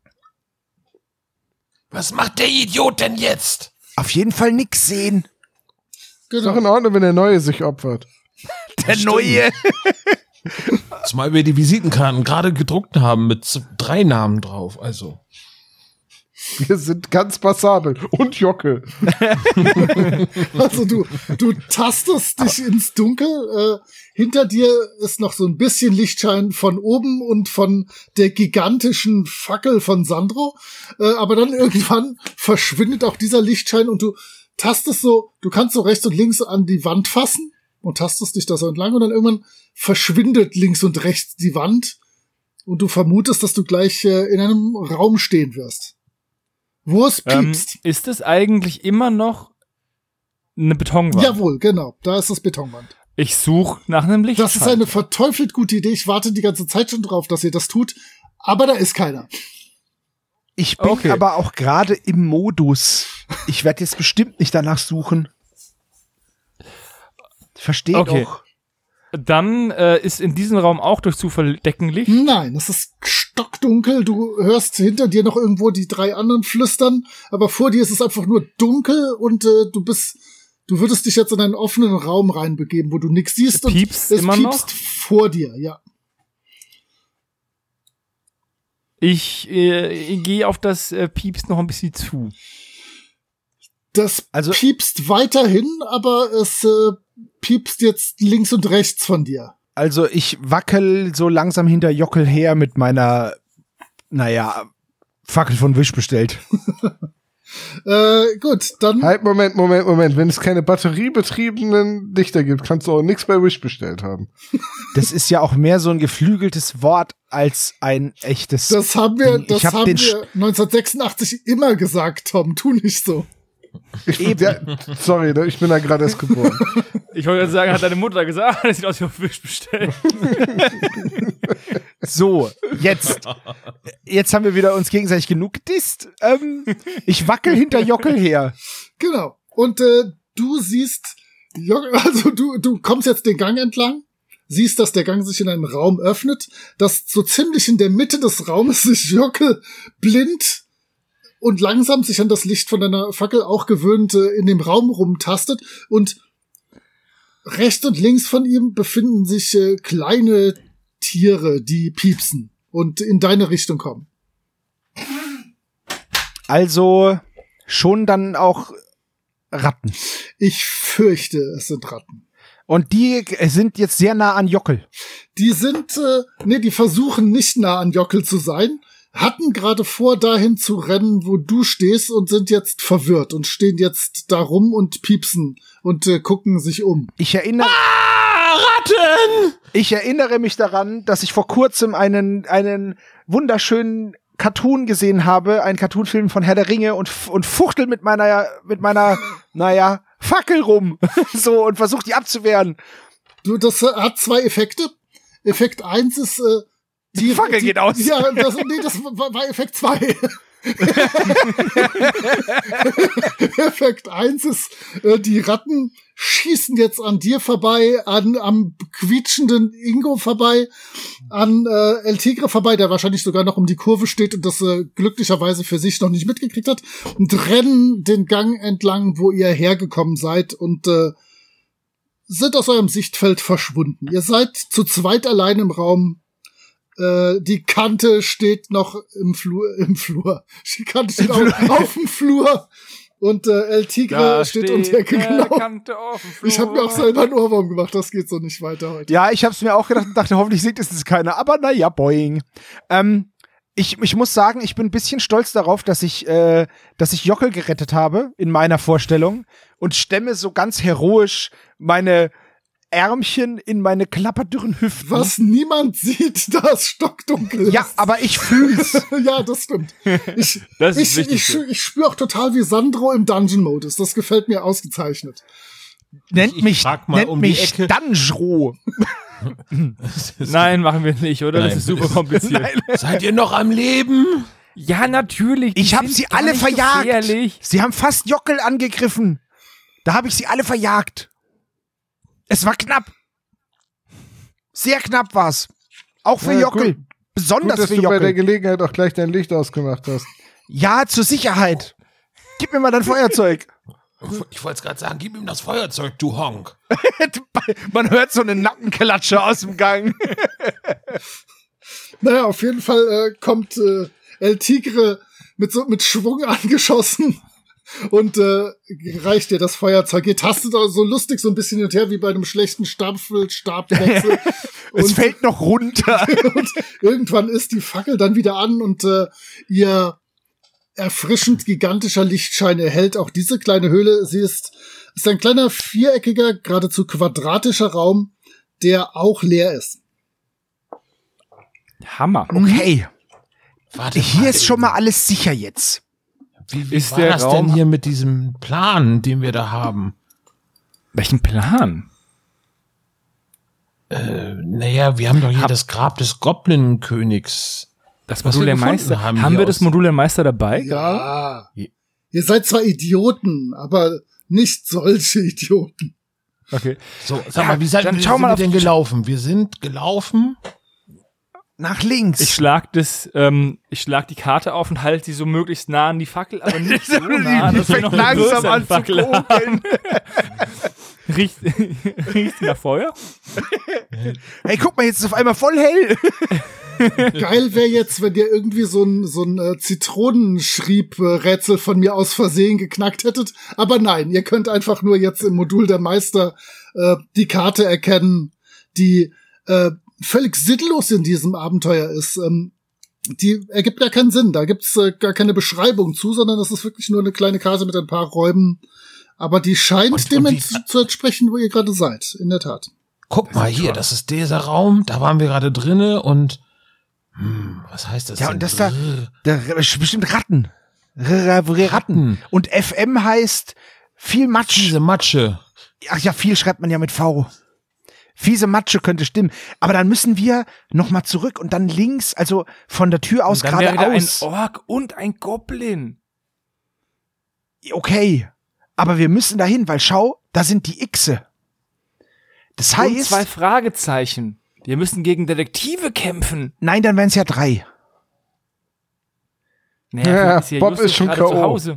Was macht der Idiot denn jetzt? auf jeden Fall nix sehen. Ist doch Genau. in Ordnung, wenn der Neue sich opfert. Der Neue. Zumal wir die Visitenkarten gerade gedruckt haben mit z- drei Namen drauf. Also. Wir sind ganz passabel. Und Jockel. Also du, du tastest dich ins Dunkel. Äh, hinter dir ist noch so ein bisschen Lichtschein von oben und von der gigantischen Fackel von Sandro. Äh, aber dann irgendwann verschwindet auch dieser Lichtschein und du tastest so, du kannst so rechts und links an die Wand fassen und tastest dich da so entlang und dann irgendwann verschwindet links und rechts die Wand und du vermutest, dass du gleich äh, in einem Raum stehen wirst. Wo es Ähm, piepst. ist es eigentlich immer noch eine Betonwand? Jawohl, genau. Da ist das Betonwand. Ich suche nach einem Lichtschalter. Das ist eine verteufelt gute Idee. Ich warte die ganze Zeit schon drauf, dass ihr das tut. Aber da ist keiner. Ich bin Okay. aber auch gerade im Modus. Ich werde jetzt bestimmt nicht danach suchen. Verstehe Okay. doch. Dann äh, ist in diesem Raum auch durch Zufall Deckenlicht. Nein, es ist stockdunkel. Du hörst hinter dir noch irgendwo die drei anderen flüstern. Aber vor dir ist es einfach nur dunkel und äh, du bist, du würdest dich jetzt in einen offenen Raum reinbegeben, wo du nichts siehst. Und Piepst es immer piepst noch? vor dir, ja. Ich äh, gehe auf das äh, Pieps noch ein bisschen zu. Das Also- piepst weiterhin, aber es äh, piepst jetzt links und rechts von dir. Also ich wackel so langsam hinter Jockel her mit meiner, naja, Fackel von Wish bestellt. Äh, gut, dann Halt, Moment, Moment, Moment. Wenn es keine batteriebetriebenen Lichter gibt, kannst du auch nichts bei Wish bestellt haben. Das ist ja auch mehr so ein geflügeltes Wort als ein echtes. Das haben wir, Ding. das Ich hab haben den wir neunzehnhundertsechsundachtzig immer gesagt, Tom. Tu nicht so. Ich, ja, sorry, ne, ich bin da gerade erst geboren. Ich wollte gerade sagen, hat deine Mutter gesagt, das sieht aus wie auf Wish bestellt. So, jetzt. Jetzt haben wir wieder uns gegenseitig genug gedisst. Ähm, ich wackel hinter Jockel her. Genau. Und äh, du siehst, Jo- also du, du kommst jetzt den Gang entlang, siehst, dass der Gang sich in einen Raum öffnet, dass so ziemlich in der Mitte des Raumes sich Jockel blind und langsam sich an das Licht von deiner Fackel auch gewöhnt äh, in dem Raum rumtastet und rechts und links von ihm befinden sich äh, kleine Tiere, die piepsen und in deine Richtung kommen. Also schon dann auch Ratten. Ich fürchte, es sind Ratten. Und die sind jetzt sehr nah an Jockel. Die sind, äh, nee, die versuchen nicht nah an Jockel zu sein, hatten gerade vor, dahin zu rennen, wo du stehst und sind jetzt verwirrt und stehen jetzt da rum und piepsen und äh, gucken sich um. Ich erinnere, Ah, Ratten! ich erinnere mich daran, dass ich vor kurzem einen, einen wunderschönen Cartoon gesehen habe, einen Cartoonfilm von Herr der Ringe und, f- und fuchtel mit meiner, mit meiner, naja, Fackel rum. So, und versucht die abzuwehren. Du, das äh, hat zwei Effekte. Effekt eins ist, äh, die Fackel die, geht aus. Ja, das, nee, das war, war Effekt zwei. Effekt eins ist, äh, die Ratten schießen jetzt an dir vorbei, an am quietschenden Ingo vorbei, an äh, El Tigre vorbei, der wahrscheinlich sogar noch um die Kurve steht und das äh, glücklicherweise für sich noch nicht mitgekriegt hat, und rennen den Gang entlang, wo ihr hergekommen seid und äh, sind aus eurem Sichtfeld verschwunden. Ihr seid zu zweit allein im Raum. Äh, die Kante steht noch im Flur, im Flur. Die Kante steht auf, auf dem Flur. Und äh, El Tigre Da steht um die Ecke, eine genau. Kante auf dem Flur. Ich habe mir auch selber einen Ohrwurm gemacht, das geht so nicht weiter heute. Ja, ich hab's mir auch gedacht und dachte, hoffentlich singt es jetzt keiner. Aber naja, boing. Ähm, ich, ich muss sagen, ich bin ein bisschen stolz darauf, dass ich, äh, dass ich Jockel gerettet habe in meiner Vorstellung und stemme so ganz heroisch meine Ärmchen in meine klapperdürren Hüften. Was niemand sieht, da es stockdunkel ist. Ja, aber ich fühl's. Ja, das stimmt. Ich, Das ist ich, wichtig ich, so. ich spüre auch total, wie Sandro im Dungeon-Mode ist. Das gefällt mir ausgezeichnet. Nennt Ich- ich mich, frag mal nennt um die mich Ecke. Danjro. Nein, machen wir nicht, oder? Nein. Das ist super kompliziert. Seid ihr noch am Leben? Ja, natürlich. die Ich habe sind sie gar alle nicht verjagt. gefährlich. Sie haben fast Jockel angegriffen. Da habe ich sie alle verjagt. Es war knapp. Sehr knapp war's. Auch für Ja, Jockel. gut. Besonders Gut, dass für du bei der Jockel. Gelegenheit auch gleich dein Licht ausgemacht hast. Ja, zur Sicherheit. Gib mir mal dein Feuerzeug. Ich wollte es gerade sagen, gib ihm das Feuerzeug, du Honk. Man hört so eine Nackenklatsche aus dem Gang. Naja, auf jeden Fall äh, kommt äh, El Tigre mit so mit Schwung angeschossen und äh, reicht dir das Feuerzeug. Ihr tastet auch so lustig so ein bisschen hin und her wie bei einem schlechten Staffelstabwechsel. Es Und- fällt noch runter. Und irgendwann ist die Fackel dann wieder an und äh, ihr erfrischend gigantischer Lichtschein erhellt auch diese kleine Höhle. Sie ist, ist ein kleiner viereckiger, geradezu quadratischer Raum, der auch leer ist. Hammer. Okay, Warte hier ist schon mal alles sicher jetzt. Wie, wie Ist war der das Raum- denn hier mit diesem Plan, den wir da haben? Welchen Plan? Äh, naja, wir haben doch hier das Grab des Goblin-Königs. Das Was Modul wir der gefunden Meister. haben Haben, hier wir das aus- Modul der Meister dabei? Ja. Ihr seid zwar Idioten, aber nicht solche Idioten. Okay. So, sag Ja, mal, wie seid, dann wie schau sind mal wir auf- denn gelaufen? Wir sind gelaufen. Nach links. Ich schlag das, ähm, ich schlag die Karte auf und halte sie so möglichst nah an die Fackel, aber nicht so nah, Die dass wir fängt noch eine langsam größere an zu Fackel haben. kokeln. Riecht, riecht nach Feuer? Hey, guck mal, jetzt ist auf einmal voll hell. Geil wäre jetzt, wenn ihr irgendwie so ein, so ein äh, Zitronenschrieb-Rätsel von mir aus Versehen geknackt hättet. Aber nein, ihr könnt einfach nur jetzt im Modul der Meister äh, die Karte erkennen, die äh, völlig sinnlos in diesem Abenteuer ist. Ähm, die ergibt gar keinen Sinn. Da gibt's äh, gar keine Beschreibung zu, sondern das ist wirklich nur eine kleine Karte mit ein paar Räumen. Aber die scheint Und- dem und die- ent- zu entsprechen, wo ihr gerade seid. In der Tat. Guck mal hier, das ist dieser Raum. Da waren wir gerade drinne und hm, was heißt das Ja, denn? und das da, Brrr. da bestimmt Ratten. R- R- Ratten. Ratten. Und F M heißt viel Matsch. Diese Matsche. Ach ja, viel schreibt man ja mit V. Fiese Matsche könnte stimmen. Aber dann müssen wir noch mal zurück und dann links, also von der Tür aus Dann wäre da ein geradeaus. Ork und ein Goblin. Okay, aber wir müssen dahin, weil schau, da sind die Xe. Das Und heißt, zwei Fragezeichen. Wir müssen gegen Detektive kämpfen. nein, dann wären es ja drei. Naja, Ja, ist ja Bob Justus ist schon gerade K O. zu Hause.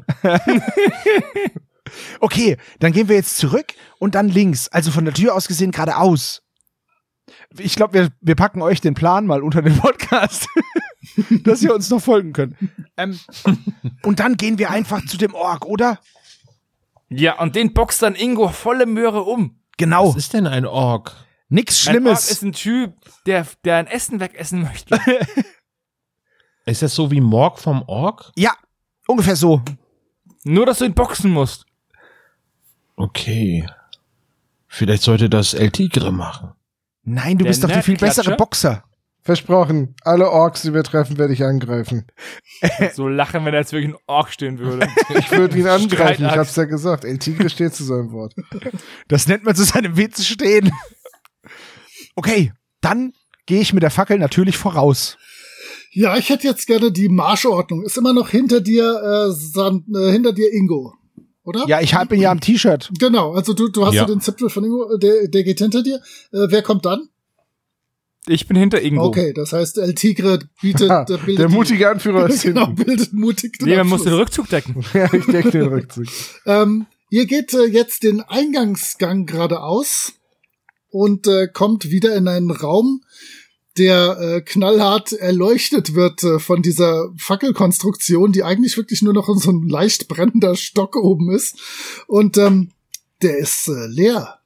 Okay, dann gehen wir jetzt zurück und dann links, also von der Tür aus gesehen geradeaus. Ich glaube, wir, wir packen euch den Plan mal unter den Podcast, dass ihr uns noch folgen könnt. Ähm, und dann gehen wir einfach zu dem Ork, oder? Ja, und den boxt dann Ingo volle Möhre um. Genau, Was ist denn ein Ork? nix Ein Ork Schlimmes. ist ein Typ, der, der ein Essen wegessen möchte. Ist das so wie Morg vom Ork? Ja, ungefähr so. Nur, dass du ihn boxen musst. Okay. Vielleicht sollte das El Tigre machen. Nein, du Der bist doch der viel Nerdklatscher? bessere Boxer. Versprochen, alle Orks, die wir treffen, werde ich angreifen. So lachen, wenn da jetzt wirklich ein Ork stehen würde. Ich würde ihn angreifen, ich Streitachs. hab's ja gesagt. El Tigre steht zu seinem Wort. Das nennt man zu seinem Witz stehen. Okay, dann gehe ich mit der Fackel natürlich voraus. Ja, ich hätte jetzt gerne die Marschordnung. Ist immer noch hinter dir, äh, San, äh, hinter dir Ingo, oder? Ja, ich habe ihn ja am T-Shirt. Genau, also du, du hast Ja. ja den Zipfel von Ingo, der, der geht hinter dir. Äh, wer kommt dann? Ich bin hinter Ingo. Okay, das heißt, El Tigre bietet, Ha, äh, bildet der die- mutige Anführer ist genau, hinten. bildet mutig den Nee, man muss Abschluss. den Rückzug decken. Ja, ich decke den Rückzug. Ähm, ihr geht äh, jetzt den Eingangsgang geradeaus und äh, kommt wieder in einen Raum, der äh, knallhart erleuchtet wird äh, von dieser Fackelkonstruktion, die eigentlich wirklich nur noch so ein leicht brennender Stock oben ist. Und ähm, der ist äh, leer.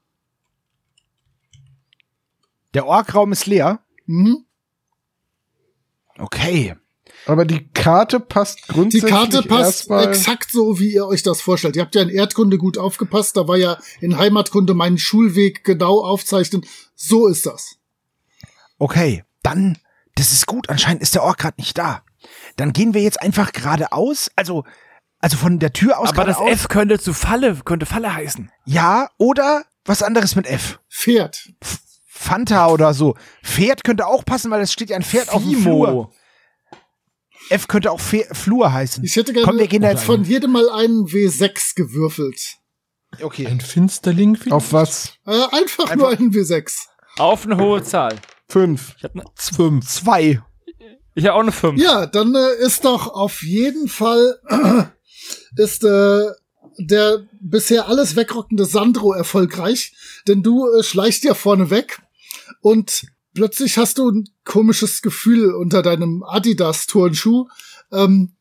Der Orkraum ist leer. Mhm. Okay. Aber die Karte passt Die grundsätzlich Karte passt erstmal. exakt so, wie ihr euch das vorstellt. Ihr habt ja in Erdkunde gut aufgepasst, da war ja in Heimatkunde meinen Schulweg genau aufzeichnen. So ist das. Okay, dann, das ist gut. Anscheinend ist der Ork gerade nicht da. Dann gehen wir jetzt einfach geradeaus. Also, also von der Tür aus Aber das geradeaus. F könnte zu Falle, könnte Falle heißen. Ja, oder was anderes mit F. Pferd. Fanta oder so. Pferd könnte auch passen, weil es steht ja ein Pferd auf dem Flur. F könnte auch Fe- Flur heißen. Ich hätte gerne Komm, wir gehen da jetzt von jedem mal einen W sechs gewürfelt. Okay. Ein Finsterling? Auf was? Äh, einfach, Einfach- nur einen W sechs. Auf eine hohe Zahl. Fünf. Ich habe ne, Fünf. Zwei. ich hab auch eine fünf. Ja, dann äh, ist doch auf jeden Fall ist äh, der bisher alles wegrockende Sandro erfolgreich, denn du äh, schleichst ja vorne weg und plötzlich hast du ein komisches Gefühl unter deinem Adidas-Turnschuh. Ähm,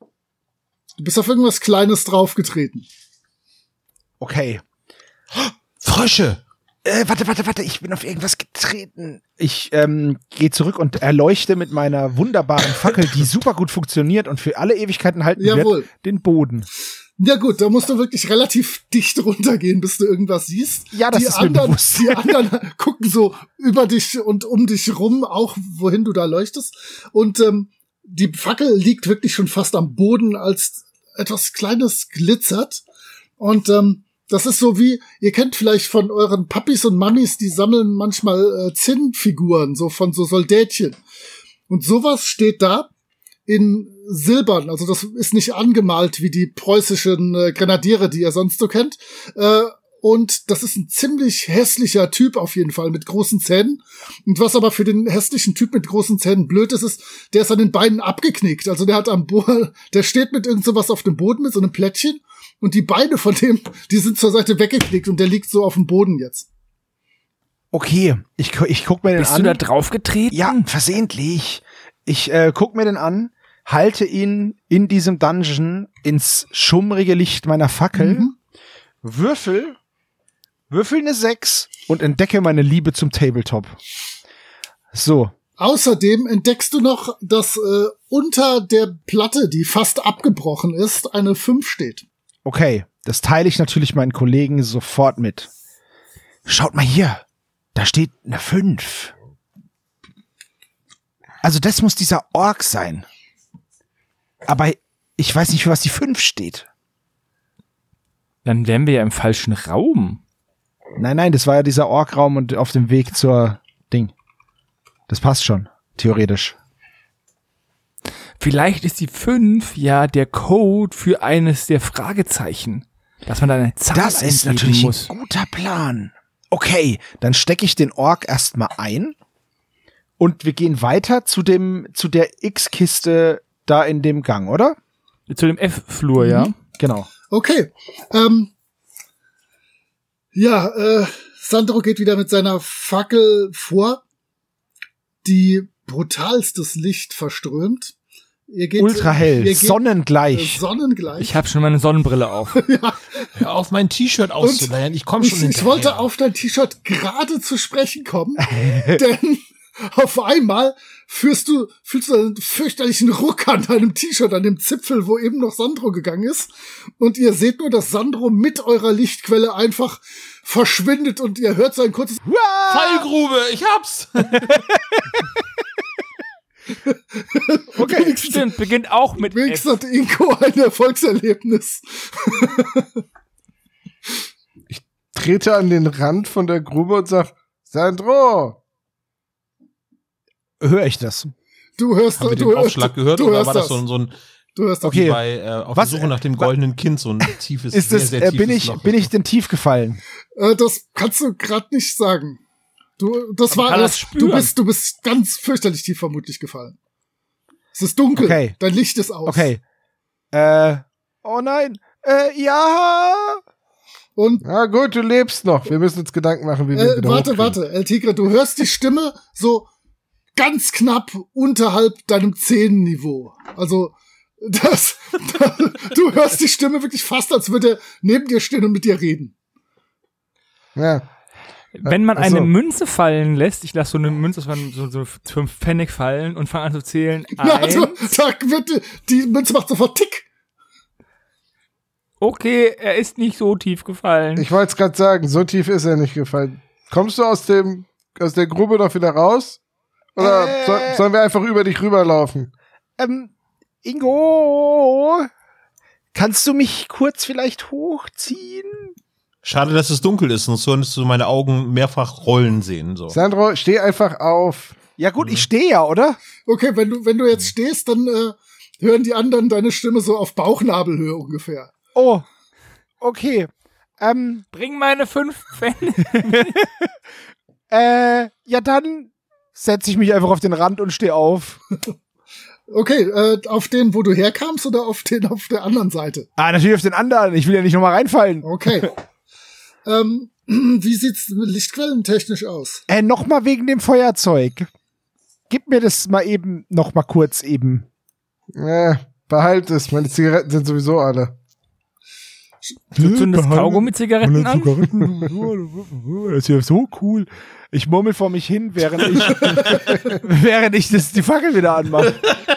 du bist auf irgendwas Kleines draufgetreten. Okay. Frösche! Äh, warte, warte, warte, ich bin auf irgendwas getreten. Ich ähm, gehe zurück und erleuchte mit meiner wunderbaren Fackel, die super gut funktioniert und für alle Ewigkeiten halten Jawohl. wird, den Boden. Ja gut, da musst du wirklich relativ dicht runtergehen, bis du irgendwas siehst. Ja, das die ist mir anderen, bewusst. Die anderen gucken so über dich und um dich rum, auch wohin du da leuchtest. Und ähm, die Fackel liegt wirklich schon fast am Boden, als etwas Kleines glitzert. Und ähm, das ist so wie, ihr kennt vielleicht von euren Papis und Mammis, die sammeln manchmal äh, Zinnfiguren, so von so Soldätchen. Und sowas steht da in Silbern, also das ist nicht angemalt wie die preußischen äh, Grenadiere, die ihr sonst so kennt. Äh, und das ist ein ziemlich hässlicher Typ auf jeden Fall mit großen Zähnen. Und was aber für den hässlichen Typ mit großen Zähnen blöd ist, ist, der ist an den Beinen abgeknickt. Also der hat am Bo- der steht mit irgend sowas auf dem Boden mit so einem Plättchen und die Beine von dem, die sind zur Seite weggeknickt und der liegt so auf dem Boden jetzt. Okay, ich, gu- ich guck mir den Bist an. du da draufgetreten? Ja, versehentlich. Ich äh, guck mir den an, halte ihn in diesem Dungeon ins schummrige Licht meiner Fackel, Mhm. würfel, würfel eine sechs und entdecke meine Liebe zum Tabletop. So, Außerdem entdeckst du noch, dass äh, unter der Platte, die fast abgebrochen ist, eine fünf steht. okay, das teile ich natürlich meinen Kollegen sofort mit. Schaut mal hier, da steht eine fünf. Also das muss dieser Ork sein. Aber ich weiß nicht, für was die fünf steht. Dann wären wir ja im falschen Raum. Nein, nein, das war ja dieser Ork-Raum und auf dem Weg zur Ding. Das passt schon, theoretisch. Vielleicht ist die fünf ja der Code für eines der Fragezeichen. Dass man da eine Zahl Das ist eingeben natürlich muss. ein guter Plan. Okay, dann stecke ich den Ork erstmal ein und wir gehen weiter zu dem zu der X-Kiste da in dem Gang, oder? Zu dem F-Flur, ja. Genau. Okay. Ähm, ja, äh, Sandro geht wieder mit seiner Fackel vor, die brutalstes Licht verströmt. Ihr geht, Ultra hell, ihr geht, sonnengleich. äh, Sonnengleich. Ich habe schon meine Sonnenbrille auf. Hör auf, mein T-Shirt auszuleihen. Ich komme ich, schon ich hinterher. wollte auf dein T-Shirt gerade zu sprechen kommen, denn auf einmal fühlst du, fühlst du einen fürchterlichen Ruck an deinem T-Shirt, an dem Zipfel, wo eben noch Sandro gegangen ist. Und ihr seht nur, dass Sandro mit eurer Lichtquelle einfach verschwindet und ihr hört so ein kurzes Fallgrube, ich hab's. Okay, Stimmt, beginnt auch mit Wenigstens F. hat Inko ein Erfolgserlebnis. Trete an den Rand von der Grube und sag, Sandro! Höre ich das? Du hörst Haben wir du den hörst, Aufschlag gehört du oder hörst war das das. so ein, so ein Du hörst das. Okay. wie bei äh, auf Was, der Suche nach dem goldenen Kind, so ein tiefes, Ist das, sehr, sehr äh, bin tiefes ich Loch. bin ich denn tief gefallen? Äh, das kannst du gerade nicht sagen. Du, das Aber war kann das erst, spüren? du bist, du bist ganz fürchterlich tief vermutlich gefallen. Es ist dunkel. Okay. Dein Licht ist aus. Okay. Äh, oh nein. Äh, ja. Und Na gut, du lebst noch. Wir müssen uns Gedanken machen, wie wir äh, wieder warte, hochkriegen. warte, El Tigre, du hörst die Stimme so ganz knapp unterhalb deinem Zehenniveau. Also das, du hörst die Stimme wirklich fast, als würde er neben dir stehen und mit dir reden. Ja. Wenn man Ach so. eine Münze fallen lässt, ich lasse so eine Münze, so, so fünf Pfennig fallen und fange an zu zählen. Ja, also, Eins. da wird, die Münze macht sofort Tick. Okay, er ist nicht so tief gefallen. Ich wollte es gerade sagen, so tief ist er nicht gefallen. Kommst du aus dem aus der Grube noch wieder raus? Oder Äh. soll, sollen wir einfach über dich rüberlaufen? Ähm, Ingo, kannst du mich kurz vielleicht hochziehen? Schade, dass es dunkel ist, sonst solltest du meine Augen mehrfach rollen sehen. So. Sandro, steh einfach auf. Ja gut, ich stehe ja, oder? Okay, wenn du, wenn du jetzt stehst, dann äh, hören die anderen deine Stimme so auf Bauchnabelhöhe ungefähr. Oh, okay. Ähm, Bring meine fünf Pfennig. äh, ja dann setze ich mich einfach auf den Rand und stehe auf. Okay, äh, auf den, wo du herkamst oder auf den auf der anderen Seite? Ah, natürlich auf den anderen. Ich will ja nicht nochmal reinfallen. Okay. ähm, wie sieht's lichtquellentechnisch aus? Äh, nochmal wegen dem Feuerzeug. Gib mir das mal eben, noch mal kurz eben. Äh, behalt es, meine Zigaretten sind sowieso alle. Du zündest Kaugummi-Zigaretten an? Das ist ja so cool. Ich murmel vor mich hin, während ich, während ich das, die Fackel wieder anmache.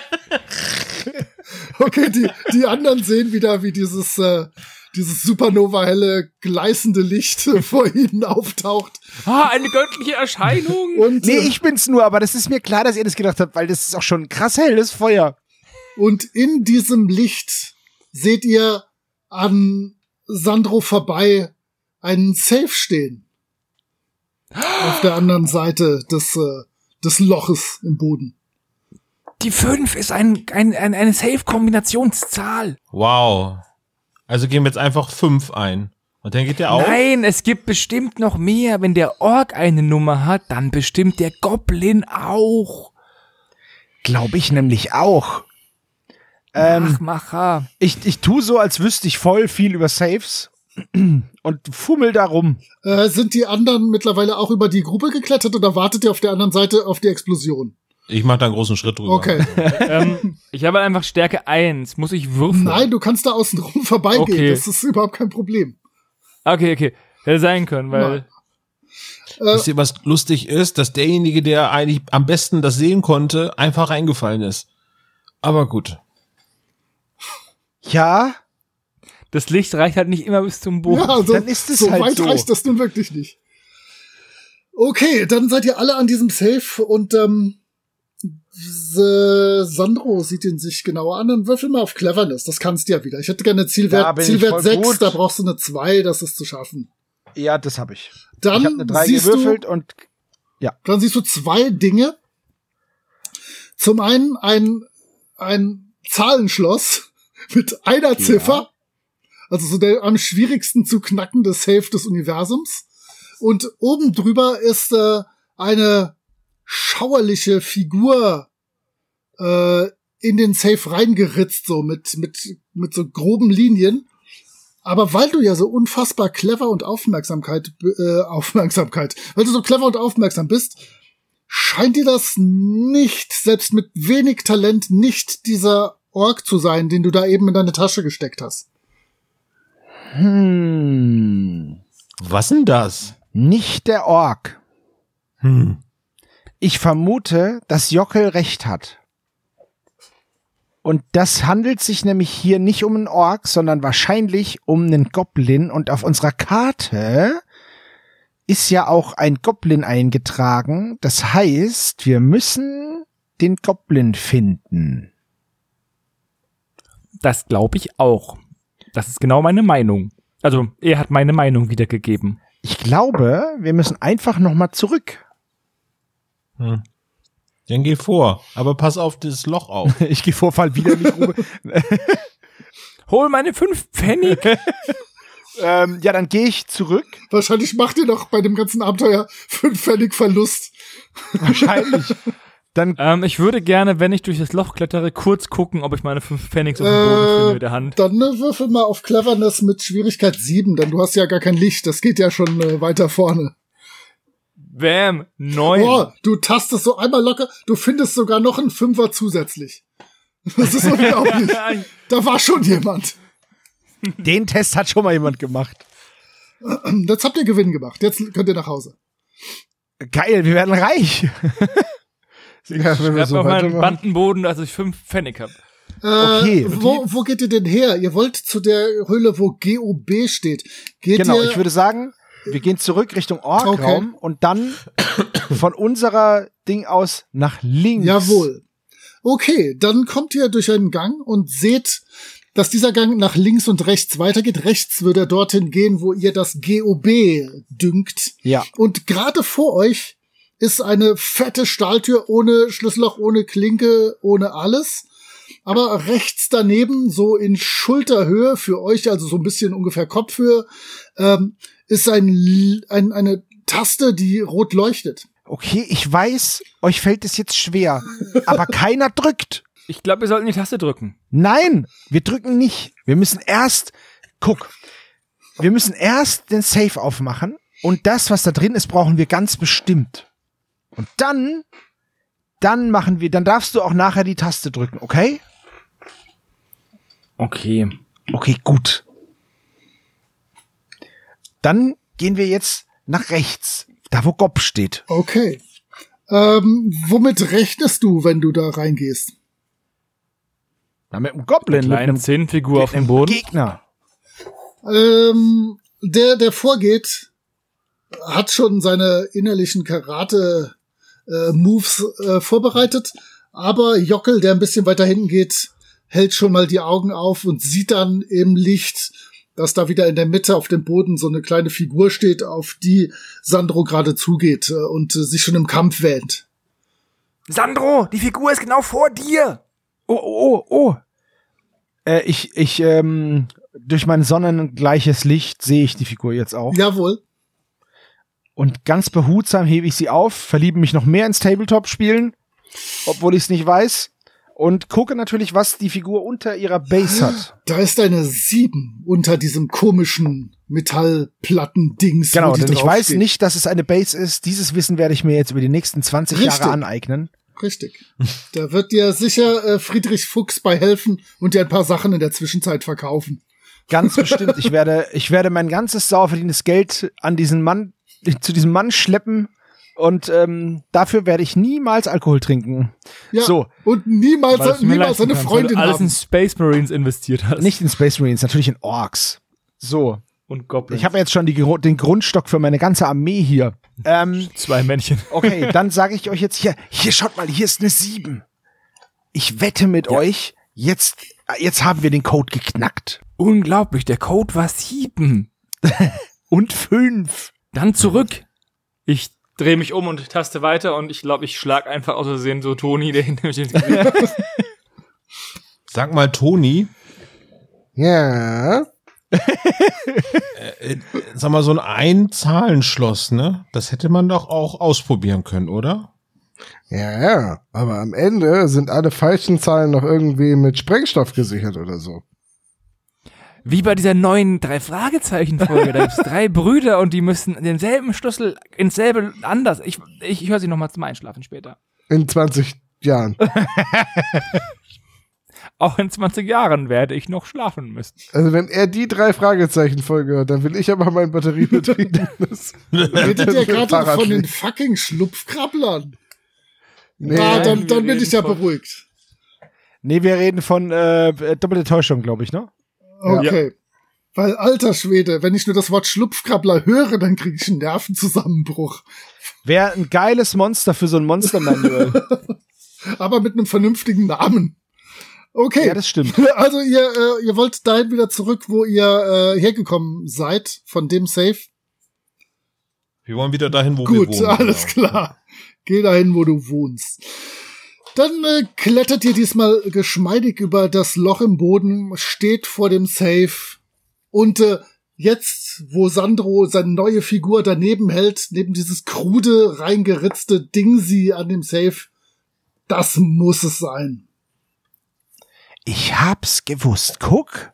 Okay, die, die anderen sehen wieder, wie dieses, äh, dieses Supernova-helle, gleißende Licht äh, vor ihnen auftaucht. Ah, eine göttliche Erscheinung. Und, Nee, äh, ich bin's nur, aber das ist mir klar, dass ihr das gedacht habt, weil das ist auch schon krass helles Feuer. und in diesem Licht seht ihr an Sandro vorbei einen Safe stehen. Auf der anderen Seite des, äh, des Loches im Boden. Die fünf ist ein, ein, ein, eine Safe-Kombinationszahl. Wow. Also geben wir jetzt einfach fünf ein. Und dann geht der auf. Nein, es gibt bestimmt noch mehr. Wenn der Ork eine Nummer hat, dann bestimmt der Goblin auch. Glaube ich nämlich auch. Ähm, Ach, Macher. ich, ich tu so, als wüsste ich voll viel über Safes und fummel da rum. Äh, sind die anderen mittlerweile auch über die Grube geklettert oder wartet ihr auf der anderen Seite auf die Explosion? Ich mache da einen großen Schritt drüber. Okay. ähm, ich habe einfach Stärke eins. Muss ich würfeln? Nein, du kannst da außen rum vorbeigehen. Okay. Das ist überhaupt kein Problem. Okay, okay. Hätte sein können, weil... Äh, Wisst ihr, was lustig ist? Dass derjenige, der eigentlich am besten das sehen konnte, einfach reingefallen ist. Aber gut. Ja, Das Licht reicht halt nicht immer bis zum Boden. ja, also, dann ist es so halt weit so. reicht das nun wirklich nicht. Okay, dann seid ihr alle an diesem Safe und ähm, diese Sandro sieht ihn sich genauer an und würfel mal auf Cleverness. Das kannst du ja wieder. Ich hätte gerne Da Zielwert, bin ich Zielwert voll sechs, gut. da brauchst du eine zwei, das ist zu schaffen. ja, das habe ich. Dann Ich habe eine drei siehst gewürfelt du, und dann siehst du zwei Dinge. Zum einen ein, ein Zahlenschloss mit einer Ziffer. Also so der am schwierigsten zu knackende Safe des Universums. Und oben drüber ist äh, eine schauerliche Figur äh, in den Safe reingeritzt, so mit, mit, mit so groben Linien. Aber weil du ja so unfassbar clever und Aufmerksamkeit, äh, Aufmerksamkeit, weil du so clever und aufmerksam bist, scheint dir das nicht, selbst mit wenig Talent, nicht dieser Ork zu sein, den du da eben in deine Tasche gesteckt hast. hm, Was denn das? nicht der Ork. Hm. Ich vermute, dass Jockel recht hat. Und das handelt sich nämlich hier nicht um einen Ork, sondern wahrscheinlich um einen Goblin. Und auf unserer Karte ist ja auch ein Goblin eingetragen. Das heißt, wir müssen den Goblin finden. Das glaube ich auch. Das ist genau meine Meinung. Also, er hat meine Meinung wiedergegeben. Ich glaube, wir müssen einfach noch mal zurück. Hm. Dann geh vor. Aber pass auf das Loch auf. Ich gehe Vorfall wieder in die Grube. Hol meine fünf Pfennig. ähm, ja, dann gehe ich zurück. Wahrscheinlich macht ihr doch bei dem ganzen Abenteuer fünf Pfennig Verlust. Wahrscheinlich. Dann ähm, ich würde gerne, wenn ich durch das Loch klettere, kurz gucken, ob ich meine fünf Pfennig auf dem Boden Äh, finde mit der Hand. Dann ne, würfel mal auf Cleverness mit Schwierigkeit sieben, denn du hast ja gar kein Licht. Das geht ja schon äh, weiter vorne. Bam, neun. Oh, du tastest so einmal locker, du findest sogar noch einen Fünfer zusätzlich. Das ist unglaublich. Da war schon jemand. den Test hat schon mal jemand gemacht. Jetzt habt ihr Gewinn gemacht. Jetzt könnt ihr nach Hause. Geil, wir werden reich. Ja, wenn wir Ich so hab auf meinem weitermachen. Bandenboden, dass ich fünf Pfennig hab. Okay, Äh, wo, wo geht ihr denn her? Ihr wollt zu der Höhle, wo G O B steht. Geht Genau, ihr, ich würde sagen, wir gehen zurück Richtung Orkraum Okay. und dann von unserer Ding aus nach links. Jawohl. Okay, dann kommt ihr durch einen Gang und seht, dass dieser Gang nach links und rechts weitergeht. Rechts würde er dorthin gehen, wo ihr das G O B düngt. Ja. Und gerade vor euch ist eine fette Stahltür ohne Schlüsselloch, ohne Klinke, ohne alles. Aber rechts daneben, so in Schulterhöhe für euch, also so ein bisschen ungefähr Kopfhöhe, ähm, ist ein, ein, eine Taste, die rot leuchtet. Okay, ich weiß, euch fällt es jetzt schwer, aber keiner drückt. Ich glaube, wir sollten die Taste drücken. Nein, wir drücken nicht. Wir müssen erst, guck, wir müssen erst den Safe aufmachen und das, was da drin ist, brauchen wir ganz bestimmt. Und dann, dann machen wir, dann darfst du auch nachher die Taste drücken, okay? Okay. Okay, gut. Dann gehen wir jetzt nach rechts, da wo Gob steht. Okay. Ähm, womit rechnest du, wenn du da reingehst? Na, mit einem Goblin, mit Kleine einem, Szenenfigur auf mit dem einem Boden. Gegner. Ähm, der, der vorgeht, hat schon seine innerlichen Karate-Moves äh, vorbereitet, aber Jockel, der ein bisschen weiter hinten geht, hält schon mal die Augen auf und sieht dann im Licht, dass da wieder in der Mitte auf dem Boden so eine kleine Figur steht, auf die Sandro gerade zugeht äh, und äh, sich schon im Kampf wähnt. Sandro, die Figur ist genau vor dir. Oh, oh, oh, oh. Äh, ich, ich, ähm, durch mein sonnengleiches Licht sehe ich die Figur jetzt auch. Jawohl. Und ganz behutsam hebe ich sie auf, verliebe mich noch mehr ins Tabletop-Spielen, obwohl ich es nicht weiß. Und gucke natürlich, was die Figur unter ihrer Base hat. Da ist eine sieben unter diesem komischen Metallplatten-Dings. Genau, wo die denn ich weiß draufsteht. nicht, dass es eine Base ist. Dieses Wissen werde ich mir jetzt über die nächsten zwanzig Richtig. Jahre aneignen. Richtig. Da wird dir sicher äh, Friedrich Fuchs bei helfen und dir ein paar Sachen in der Zwischenzeit verkaufen. Ganz bestimmt. Ich werde, ich werde mein ganzes sauer verdientes Geld an diesen Mann, zu diesem Mann schleppen. Und ähm, dafür werde ich niemals Alkohol trinken. Ja, So. und niemals, Weil du's mir niemals leisten eine kannst, Freundin weil du alles haben. in Space Marines investiert hast. Nicht in Space Marines, natürlich in Orks. So. Und Goblins. Ich habe jetzt schon die, Gru- den Grundstock für meine ganze Armee hier. Ähm, zwei Männchen. okay, dann sage ich euch jetzt hier, hier schaut mal, hier ist eine sieben. Ich wette mit euch, jetzt, jetzt haben wir den Code geknackt. Unglaublich, der Code war sieben. Und fünf. Dann zurück. Ich drehe mich um und taste weiter und ich glaube, ich schlag einfach aus Versehen so Toni, der hinter mich ins Gesicht. Sag mal, Toni, Ja. äh, sag mal, so ein Einzahlenschloss, ne? Das hätte man doch auch ausprobieren können, oder? Ja, ja. Aber am Ende sind alle falschen Zahlen noch irgendwie mit Sprengstoff gesichert oder so. Wie bei dieser neuen Drei-Fragezeichen-Folge. Da gibt's drei Brüder und die müssen denselben Schlüssel ins selbe anders. Ich, ich, ich höre sie noch mal zum Einschlafen später. In zwanzig Jahren. Auch in zwanzig Jahren werde ich noch schlafen müssen. Also wenn er die drei Fragezeichen-Folge hört, dann will ich aber mein batteriebetriebenes. Redet ihr gerade Fahrrad von den fliegen. fucking Schlupfkrabblern? Nee, ah, dann, wir dann bin reden ich ja von- beruhigt. Nee, wir reden von äh, doppelte Täuschung, glaube ich, ne? Okay. Weil, alter Schwede, wenn ich nur das Wort Schlupfkrabbler höre, dann kriege ich einen Nervenzusammenbruch. Wäre ein geiles Monster für so ein Monster-Manual. Aber mit einem vernünftigen Namen. Okay. Ja, das stimmt. Also ihr, äh, ihr wollt dahin wieder zurück, wo ihr äh, hergekommen seid, von dem Safe. Wir wollen wieder dahin, wo Gut, wir wohnen. alles genau. klar. Geh dahin, wo du wohnst. Dann äh, klettert ihr diesmal geschmeidig über das Loch im Boden, steht vor dem Safe und äh, jetzt, wo Sandro seine neue Figur daneben hält, neben dieses krude, reingeritzte Dingsi an dem Safe, das muss es sein. Ich hab's gewusst. Guck.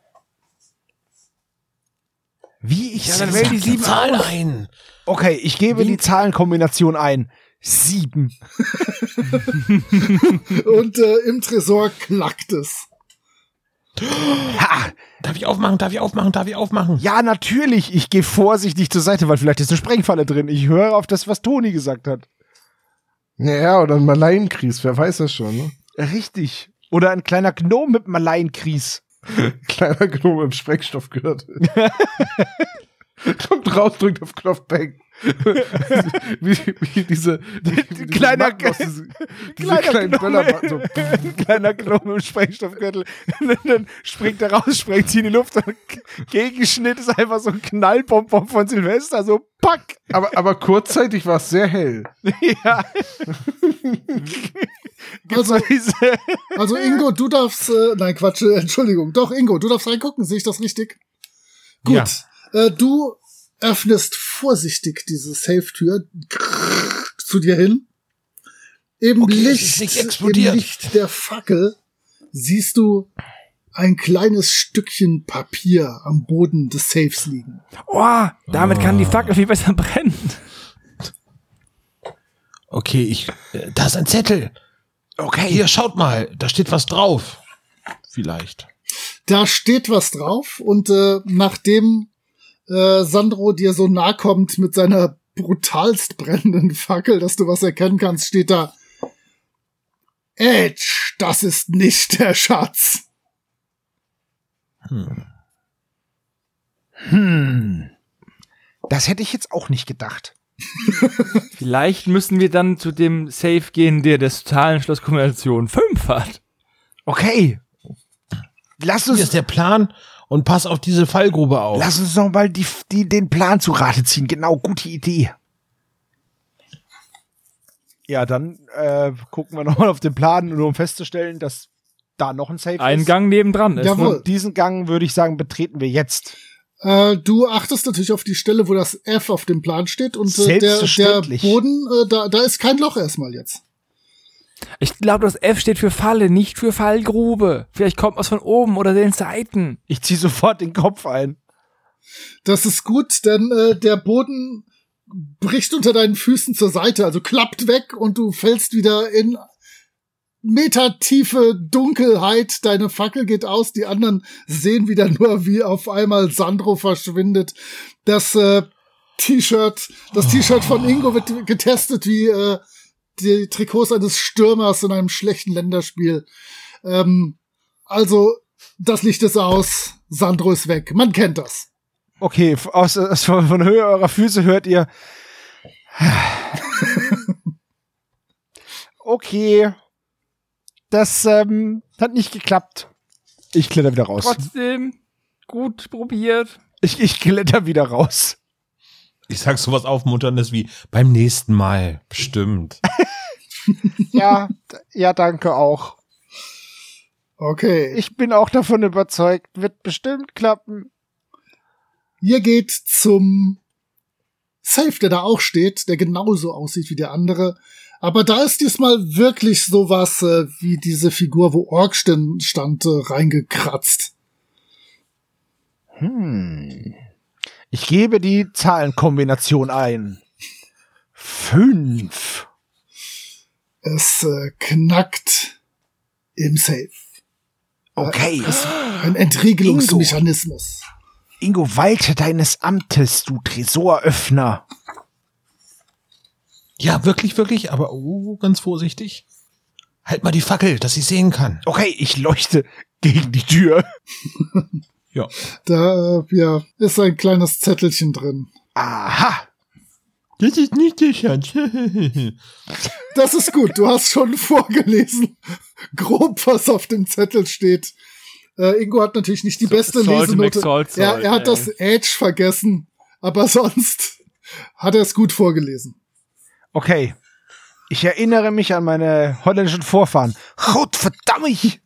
Wie ich Ja, dann wähl die sieben Zahl ein. Okay, ich gebe die Zahlenkombination ein. Sieben. Und äh, im Tresor klackt es. Ha! Darf ich aufmachen, darf ich aufmachen, darf ich aufmachen? Ja, natürlich. Ich gehe vorsichtig zur Seite, weil vielleicht ist eine Sprengfalle drin. Ich höre auf das, was Toni gesagt hat. Naja, oder ein Malaiienkries, wer weiß das schon, ne? Richtig. Oder ein kleiner Gnome mit Malaiienkries. Kleiner Gnome im Sprengstoffgürtel. Kommt raus, drückt auf Knopf, bang. wie, wie diese, wie, wie kleiner, diese, diese, diese kleiner kleinen Gnome, so. kleiner Gnome im Sprengstoffgürtel. Dann springt er raus, springt sie in die Luft und Gegenschnitt ist einfach so ein Knallbonbon von Silvester, so pack. Aber, aber kurzzeitig war es sehr hell. Ja. Also, diese also Ingo, du darfst, äh, nein Quatsch, äh, Entschuldigung, doch Ingo, du darfst reingucken, sehe ich das richtig? Gut, Ja. äh, du öffnest vorsichtig diese Safe-Tür zu dir hin. Im, Okay, es Licht, ist nicht im explodiert. Licht der Fackel siehst du ein kleines Stückchen Papier am Boden des Safes liegen. Oh, damit kann die Fackel viel besser brennen. Okay, ich, äh, da ist ein Zettel. Okay. Hier, schaut mal, da steht was drauf. Vielleicht. Da steht was drauf und äh, nachdem äh, Sandro dir so nahe kommt mit seiner brutalst brennenden Fackel, dass du was erkennen kannst, steht da: Edge, das ist nicht der Schatz. Hm. Hm. Das hätte ich jetzt auch nicht gedacht. Vielleicht müssen wir dann zu dem Safe gehen, der des totalen Schlusskombination fünf hat. Okay. Lass Hier uns, ist der Plan und pass auf diese Fallgrube auf. lass uns noch mal die, die, den Plan zu Rate ziehen. Genau, gute Idee. Ja, dann äh, gucken wir noch mal auf den Plan, nur um festzustellen, dass da noch ein Safe Ein ist. Gang nebendran ist. Jawohl. Und diesen Gang, würde ich sagen, betreten wir jetzt. Äh, du achtest natürlich auf die Stelle, wo das F auf dem Plan steht und äh, der, der Selbstverständlich. Boden, äh, da, da ist kein Loch erstmal jetzt. Ich glaube, das F steht für Falle, nicht für Fallgrube. Vielleicht kommt was von oben oder den Seiten. Ich zieh sofort den Kopf ein. Das ist gut, denn äh, der Boden bricht unter deinen Füßen zur Seite, also klappt weg und du fällst wieder in metertiefe Dunkelheit. Deine Fackel geht aus, die anderen sehen wieder nur, wie auf einmal Sandro verschwindet. Das äh, T-Shirt, das T-Shirt von Ingo wird getestet wie äh, die Trikots eines Stürmers in einem schlechten Länderspiel. Ähm, also, das Licht ist aus, Sandro ist weg. Man kennt das. Okay, aus, aus, von, von Höhe eurer Füße hört ihr. Okay. Das ähm, hat nicht geklappt. Ich kletter wieder raus. Trotzdem, gut probiert. Ich, ich kletter wieder raus. Ich sag sowas Aufmunterndes wie beim nächsten Mal. Bestimmt. Ja, d- ja, danke auch. Okay. Ich bin auch davon überzeugt, wird bestimmt klappen. Ihr geht zum Safe, der da auch steht, der genauso aussieht wie der andere. Aber da ist diesmal wirklich sowas äh, wie diese Figur, wo Orksten stand, äh, reingekratzt. Hm. Ich gebe die Zahlenkombination ein. Fünf. Es äh, knackt im Safe. Okay. Ein Entriegelungsmechanismus. Ingo, walte deines Amtes, du Tresoröffner. Ja, wirklich, wirklich, aber oh, ganz vorsichtig. Halt mal die Fackel, dass ich sehen kann. Okay, ich leuchte gegen die Tür. Ja. Da äh, ja, ist ein kleines Zettelchen drin. Aha. Das ist nicht der Schatz. Das ist gut, du hast schon vorgelesen, grob was auf dem Zettel steht. Äh, Ingo hat natürlich nicht die beste Sollte Mac Lesenote. Salt Er, Salt, er hat ey. das Edge vergessen, aber sonst hat er es gut vorgelesen. Okay. Ich erinnere mich an meine holländischen Vorfahren. Gott verdammt!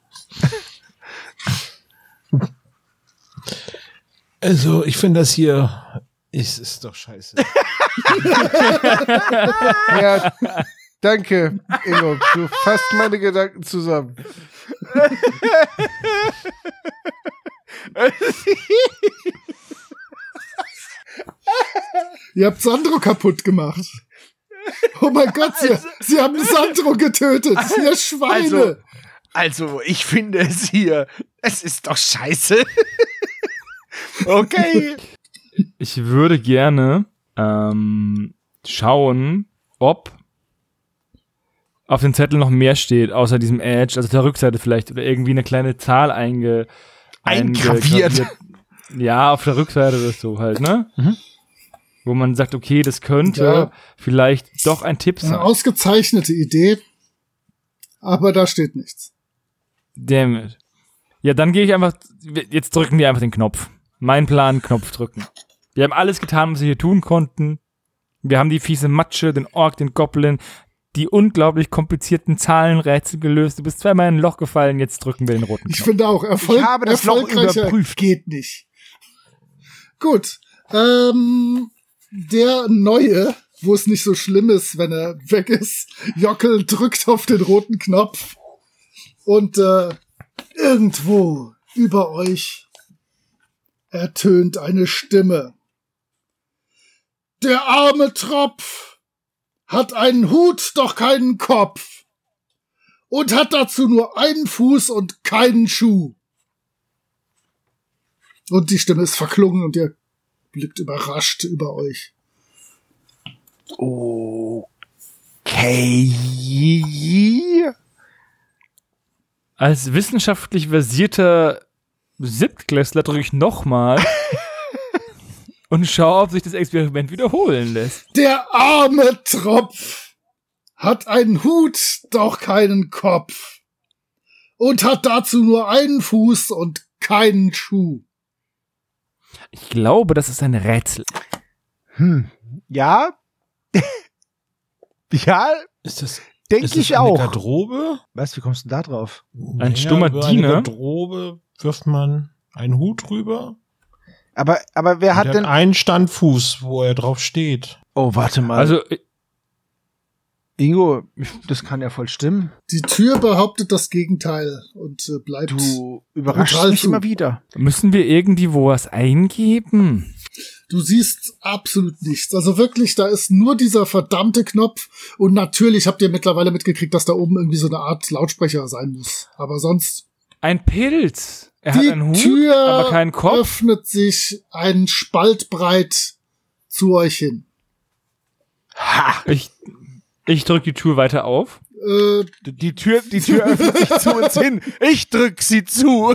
Also, ich finde das hier ist, ist doch scheiße. Ja, danke, Ingo. Du fasst meine Gedanken zusammen. Ihr habt Sandro kaputt gemacht. Oh mein Gott, sie, sie haben Sandro getötet, ihr Schweine. Also, Also, ich finde es hier, es ist doch scheiße. Okay. Ich würde gerne ähm, schauen, ob auf dem Zettel noch mehr steht, außer diesem Edge, also der Rückseite vielleicht, oder irgendwie eine kleine Zahl einge... Eingraviert. eingegraviert. Ja, auf der Rückseite oder so halt, ne? Mhm. Wo man sagt, okay, das könnte Ja. vielleicht doch ein Tipp sein. Eine ausgezeichnete Idee, aber da steht nichts. Damn it. Ja, dann gehe ich einfach, jetzt drücken wir einfach den Knopf. Mein Plan, Knopf drücken. Wir haben alles getan, was wir hier tun konnten. Wir haben die fiese Matsche, den Ork, den Goblin, die unglaublich komplizierten Zahlenrätsel gelöst. Du bist zweimal in ein Loch gefallen, jetzt drücken wir den roten Knopf. Ich finde auch, Erfolg, Ich habe das Loch erfolgreicher überprüft. geht nicht. Gut, ähm, der Neue, wo es nicht so schlimm ist, wenn er weg ist, Jockel drückt auf den roten Knopf und äh, irgendwo über euch ertönt eine Stimme. Der arme Tropf hat einen Hut, doch keinen Kopf und hat dazu nur einen Fuß und keinen Schuh. Und die Stimme ist verklungen und ihr blickt überrascht über euch. Okay. Als wissenschaftlich versierter Siebtklässler drücke ich nochmal und schaue, ob sich das Experiment wiederholen lässt. Der arme Tropf hat einen Hut, doch keinen Kopf und hat dazu nur einen Fuß und keinen Schuh. Ich glaube, das ist ein Rätsel. Hm. Ja. Ja, Ist das, ist denke das ich eine auch. Garderobe? Was, wie kommst du da drauf? Ein stummer über Diener? Eine Garderobe wirft man einen Hut drüber. Aber, aber wer hat Der denn... hat einen Standfuß, wo er drauf steht. Oh, warte mal. Also, Ingo, das kann ja voll stimmen. Die Tür behauptet das Gegenteil und äh, bleibt. Du überraschst Total mich zu. immer wieder. müssen wir irgendwie wo was eingeben? Du siehst absolut nichts. Also wirklich, da ist nur dieser verdammte Knopf. Und natürlich habt ihr mittlerweile mitgekriegt, dass da oben irgendwie so eine Art Lautsprecher sein muss. Aber sonst. Ein Pilz. Er die hat einen Hut, Tür aber keinen Kopf. öffnet sich einen Spalt breit zu euch hin. Ha! Ich, ich drücke die Tür weiter auf. Äh, Die Tür, die Tür öffnet sich zu uns hin. Ich drück sie zu.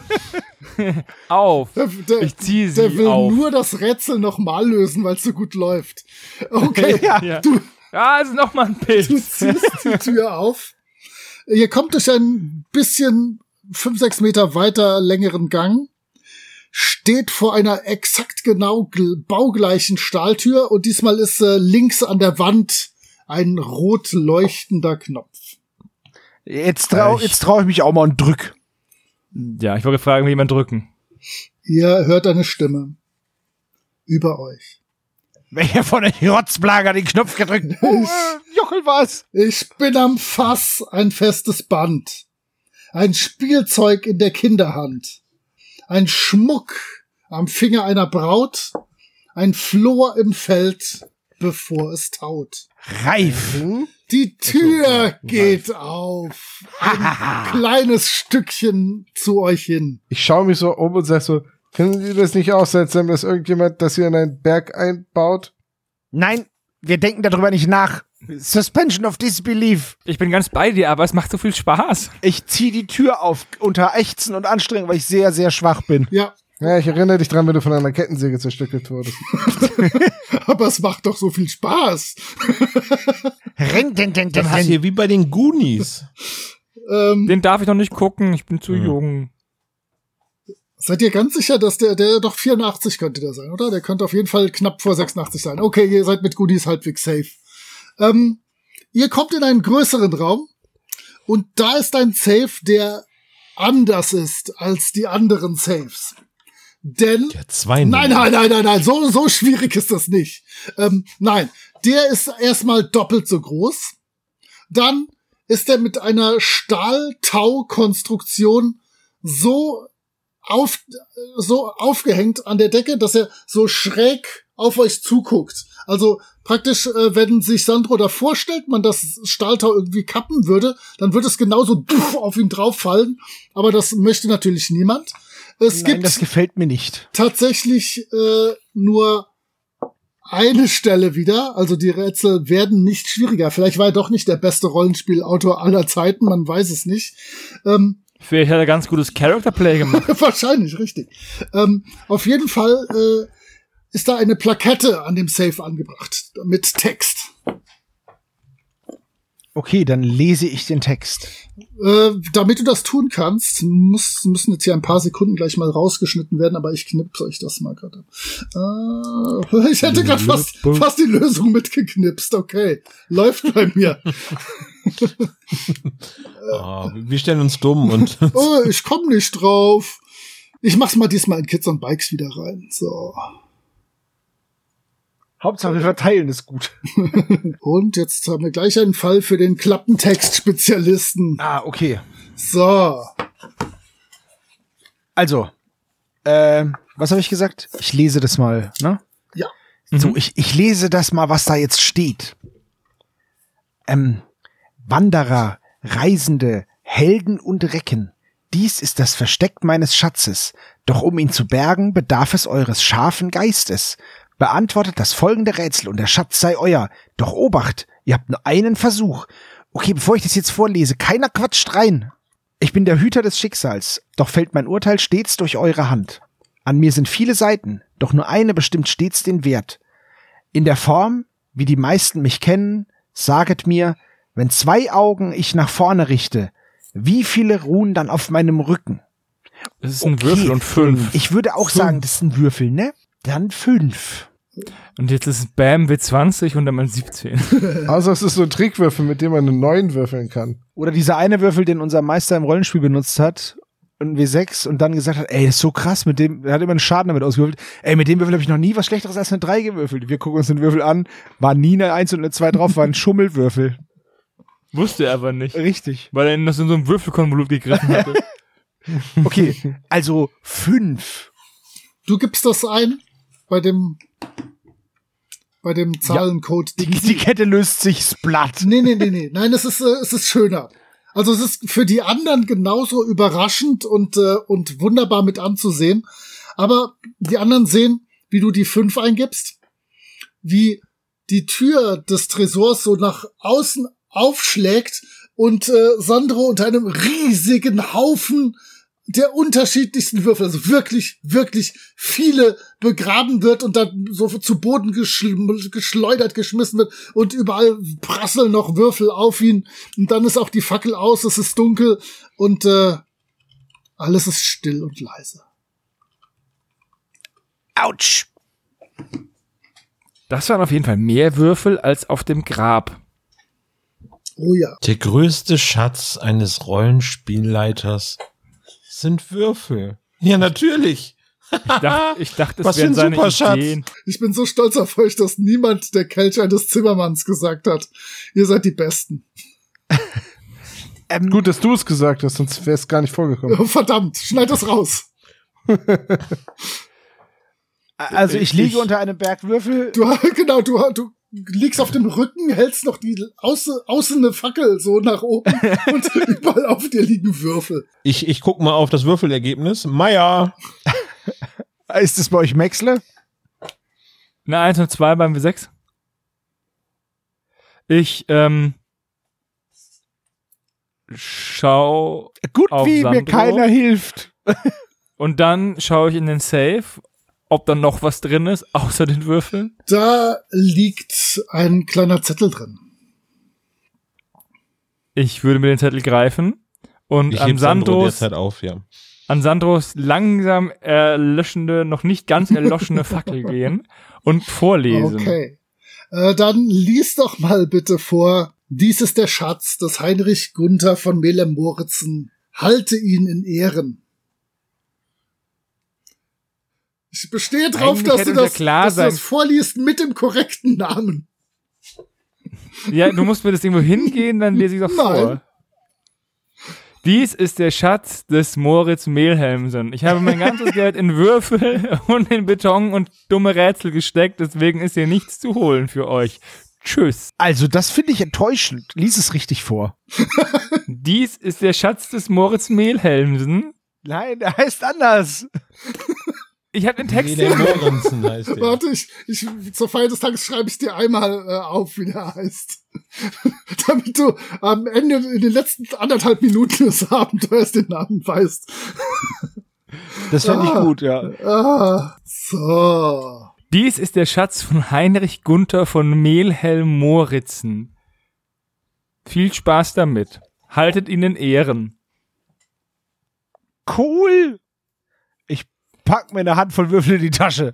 Auf. der, der, Ich ziehe der sie will auf. nur das Rätsel nochmal lösen, weil es so gut läuft. Okay, Ja. Ja. du, Ah, es ist noch mal ein du Pilz. ziehst die Tür auf. Ihr kommt durch ein bisschen fünf, sechs Meter weiter längeren Gang, steht vor einer exakt genau gl- baugleichen Stahltür und diesmal ist äh, links an der Wand ein rot leuchtender Knopf. Jetzt trau, jetzt trau ich mich auch mal und drück. Ja, ich wollte fragen, wie man drücken. Ihr hört eine Stimme über euch. Welcher von euch Rotzblager den Knopf gedrückt? Oh, äh, Jockel war's. Ich bin am Fass, ein festes Band. Ein Spielzeug in der Kinderhand. Ein Schmuck am Finger einer Braut. Ein Flor im Feld, bevor es taut. Reif. Die Tür geht auf. Ein kleines Stückchen zu euch hin. Ich schaue mich so um und sag so, finden Sie das nicht auch seltsam, dass irgendjemand das hier in einen Berg einbaut? Nein, wir denken darüber nicht nach. Suspension of Disbelief. Ich bin ganz bei dir, aber es macht so viel Spaß. Ich zieh die Tür auf unter Ächzen und Anstrengung, weil ich sehr, sehr schwach bin. Ja, Ja, ich erinnere dich dran, wenn du von einer Kettensäge zerstückelt wurdest. aber es macht doch so viel Spaß. Ring, ding, ding, Das ist hier wie bei den Goonies. Ähm, Den darf ich noch nicht gucken, ich bin zu Mhm. jung. seid ihr ganz sicher, dass der, der doch vierundachtzig könnte der sein, oder? Der könnte auf jeden Fall knapp vor sechsundachtzig sein. Okay, ihr seid mit Goodies halbwegs safe. Ähm, ihr kommt in einen größeren Raum und da ist ein Safe, der anders ist als die anderen Safes. Denn Der zwei Nein, nein, nein, nein, nein, so, so schwierig ist das nicht. Ähm, nein, der ist erstmal doppelt so groß. Dann ist er mit einer Stahl-Tau-Konstruktion so auf, so aufgehängt an der Decke, dass er so schräg auf euch zuguckt. Also praktisch, äh, wenn sich Sandro da vorstellt, man das Stahltau irgendwie kappen würde, dann würde es genauso duff auf ihn drauffallen. Aber das möchte natürlich niemand. Es Nein, gibt das gefällt mir nicht. tatsächlich äh, nur eine Stelle wieder. Also die Rätsel werden nicht schwieriger. Vielleicht war er doch nicht der beste Rollenspielautor aller Zeiten, man weiß es nicht. Ähm, Vielleicht hat er ganz gutes Character-Play gemacht. Wahrscheinlich, richtig. Ähm, auf jeden Fall äh, ist da eine Plakette an dem Safe angebracht mit Text. Okay, dann lese ich den Text. Äh, damit du das tun kannst, muss, müssen jetzt hier ein paar Sekunden gleich mal rausgeschnitten werden, aber ich knipse euch das mal gerade. Äh, ich hätte gerade fast, fast die Lösung mitgeknipst. Okay, läuft bei mir. Oh, wir stellen uns dumm und Oh, ich komme nicht drauf. Ich mach's mal diesmal in Kids on Bikes wieder rein. So. Hauptsache, wir verteilen es gut. Und jetzt haben wir gleich einen Fall für den Klappentext-Spezialisten. Ah, okay. So. Also, äh, was habe ich gesagt? Ich lese das mal, ne? Ja. So, ich, ich lese das mal, was da jetzt steht. Ähm, Wanderer, Reisende, Helden und Recken. Dies ist das Versteck meines Schatzes. Doch um ihn zu bergen, bedarf es eures scharfen Geistes. Beantwortet das folgende Rätsel und der Schatz sei euer. Doch Obacht, ihr habt nur einen Versuch. Okay, bevor ich das jetzt vorlese, keiner quatscht rein. Ich bin der Hüter des Schicksals, doch fällt mein Urteil stets durch eure Hand. An mir sind viele Seiten, doch nur eine bestimmt stets den Wert. In der Form, wie die meisten mich kennen, saget mir, wenn zwei Augen ich nach vorne richte, wie viele ruhen dann auf meinem Rücken? Das ist ein Okay, Würfel und fünf. Ich würde auch sagen, das ist ein Würfel, ne? Dann fünf. Und jetzt ist es Bam W zwanzig und dann mal siebzehn. Also es ist so ein Trickwürfel, mit dem man einen neuen würfeln kann. Oder dieser eine Würfel, den unser Meister im Rollenspiel benutzt hat, ein W sechs, und dann gesagt hat, ey, das ist so krass, mit dem, er hat immer einen Schaden damit ausgewürfelt. Ey, mit dem Würfel habe ich noch nie was Schlechteres als eine drei gewürfelt. Wir gucken uns den Würfel an, war nie eine eins und eine zwei drauf, war ein Schummelwürfel. Wusste er aber nicht. Richtig. Weil er das in so einem Würfelkonvolut gegriffen hatte. Okay, also fünf. Du gibst das ein bei dem bei dem Zahlencode. Die, die Kette löst sich Splat. Nee, nee, nee, nee. Nein, es ist, äh, es ist schöner. Also es ist für die anderen genauso überraschend und, äh, und wunderbar mit anzusehen. Aber die anderen sehen, wie du die fünf eingibst, wie die Tür des Tresors so nach außen aufschlägt und äh, Sandro unter einem riesigen Haufen der unterschiedlichsten Würfel, also wirklich, wirklich viele begraben wird und dann so zu Boden geschl- geschleudert, geschmissen wird und überall prasseln noch Würfel auf ihn und dann ist auch die Fackel aus, es ist dunkel und äh, alles ist still und leise. Autsch. Das waren auf jeden Fall mehr Würfel als auf dem Grab. Oh ja. der größte Schatz eines Rollenspielleiters sind Würfel. Ja, natürlich. Ich dachte, ich dachte Was es wären für ein seine Superschatz. Ideen. Ich bin so stolz auf euch, dass niemand der Kelch eines Zimmermanns gesagt hat. Ihr seid die Besten. Ähm, Gut, dass du es gesagt hast, sonst wäre es gar nicht vorgekommen. Oh, verdammt, schneid das raus. Also ich liege unter einem Berg Würfel. Du, genau, du, du liegst auf dem Rücken, hältst noch die außen, außen eine Fackel so nach oben und überall auf dir liegen Würfel. Ich, ich guck mal auf das Würfelergebnis. Meier. Ist das bei euch Maxle? Eine eins und zwei beim W sechs. Ich, ähm, schau Gut, auf wie mir Sandro. keiner hilft. Und dann schaue ich in den Safe, ob da noch was drin ist, außer den Würfeln. Da liegt ein kleiner Zettel drin. Ich würde mir den Zettel greifen und Ich an heb Sandro Sandros, derzeit auf, ja. an Sandros langsam erlöschende, noch nicht ganz erloschene Fackel gehen und vorlesen. Okay. Äh, dann lies doch mal bitte vor. Dies ist der Schatz des Heinrich Gunther von Melem-Moritzen. Halte ihn in Ehren. Ich bestehe drauf, Eigentlich dass, hätte du uns ja das, klar dass du sein- das vorliest mit dem korrekten Namen. Ja, du musst mir das irgendwo hingehen, dann lese ich doch Nein. vor. Dies ist der Schatz des Moritz Mehlhelmsen. Ich habe mein ganzes Geld in Würfel und in Beton und dumme Rätsel gesteckt, deswegen ist hier nichts zu holen für euch. Tschüss. Also, das finde ich enttäuschend. Lies es richtig vor. Dies ist der Schatz des Moritz Mehlhelmsen. Nein, der heißt anders. Ich habe den Text Nee, der Morensen heißt der. Warte, ich, ich, zur Feier des Tages schreibe ich dir einmal äh, auf, wie der heißt. Damit du am Ende, in den letzten anderthalb Minuten des Abenteuers den Namen weißt. Das fände ich Ah. gut, ja. Ah, so. Dies ist der Schatz von Heinrich Gunther von Mehlhelm-Moritzen. Viel Spaß damit. Haltet ihn in Ehren. Cool. Ich pack mir eine Handvoll Würfel in die Tasche.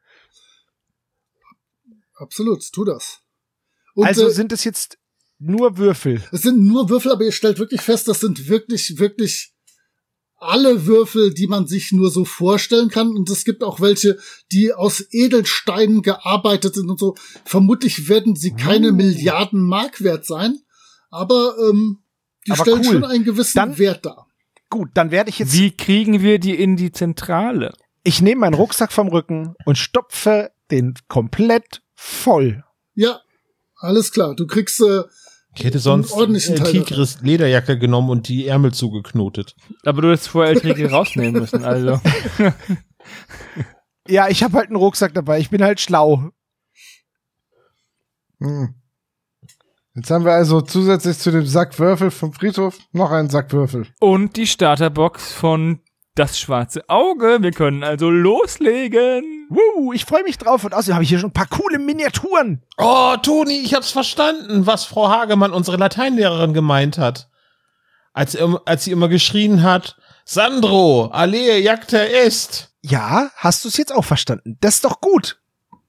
Absolut, tu das. Und, Also äh, sind es jetzt nur Würfel. es sind nur Würfel, aber ihr stellt wirklich fest, das sind wirklich, wirklich alle Würfel, die man sich nur so vorstellen kann. Und es gibt auch welche, die aus Edelsteinen gearbeitet sind und so. Vermutlich werden sie keine Oh. Milliarden Mark wert sein, aber ähm, die Aber stellen cool. schon einen gewissen Dann- Wert dar. Gut, dann werde ich jetzt... Wie kriegen wir die in die Zentrale? Ich nehme meinen Rucksack vom Rücken und stopfe den komplett voll. Ja, alles klar. Du kriegst äh, Ich hätte sonst Einen ordentlichen eine Teil Tigris Lederjacke genommen und die Ärmel zugeknotet. Aber du hättest vorher Eltrigel rausnehmen müssen, also. Ja, ich habe halt einen Rucksack dabei. Ich bin halt schlau. Hm. Jetzt haben wir also zusätzlich zu dem Sack Würfel vom Friedhof noch einen Sack Würfel. Und die Starterbox von Das Schwarze Auge. Wir können also loslegen. Woo, ich freue mich drauf. Und außerdem habe ich hier schon ein paar coole Miniaturen. Oh, Toni, ich hab's verstanden, was Frau Hagemann, unsere Lateinlehrerin, gemeint hat. Als, als sie immer geschrien hat, Sandro, allee, jacta est. Ja, hast du es jetzt auch verstanden? Das ist doch gut.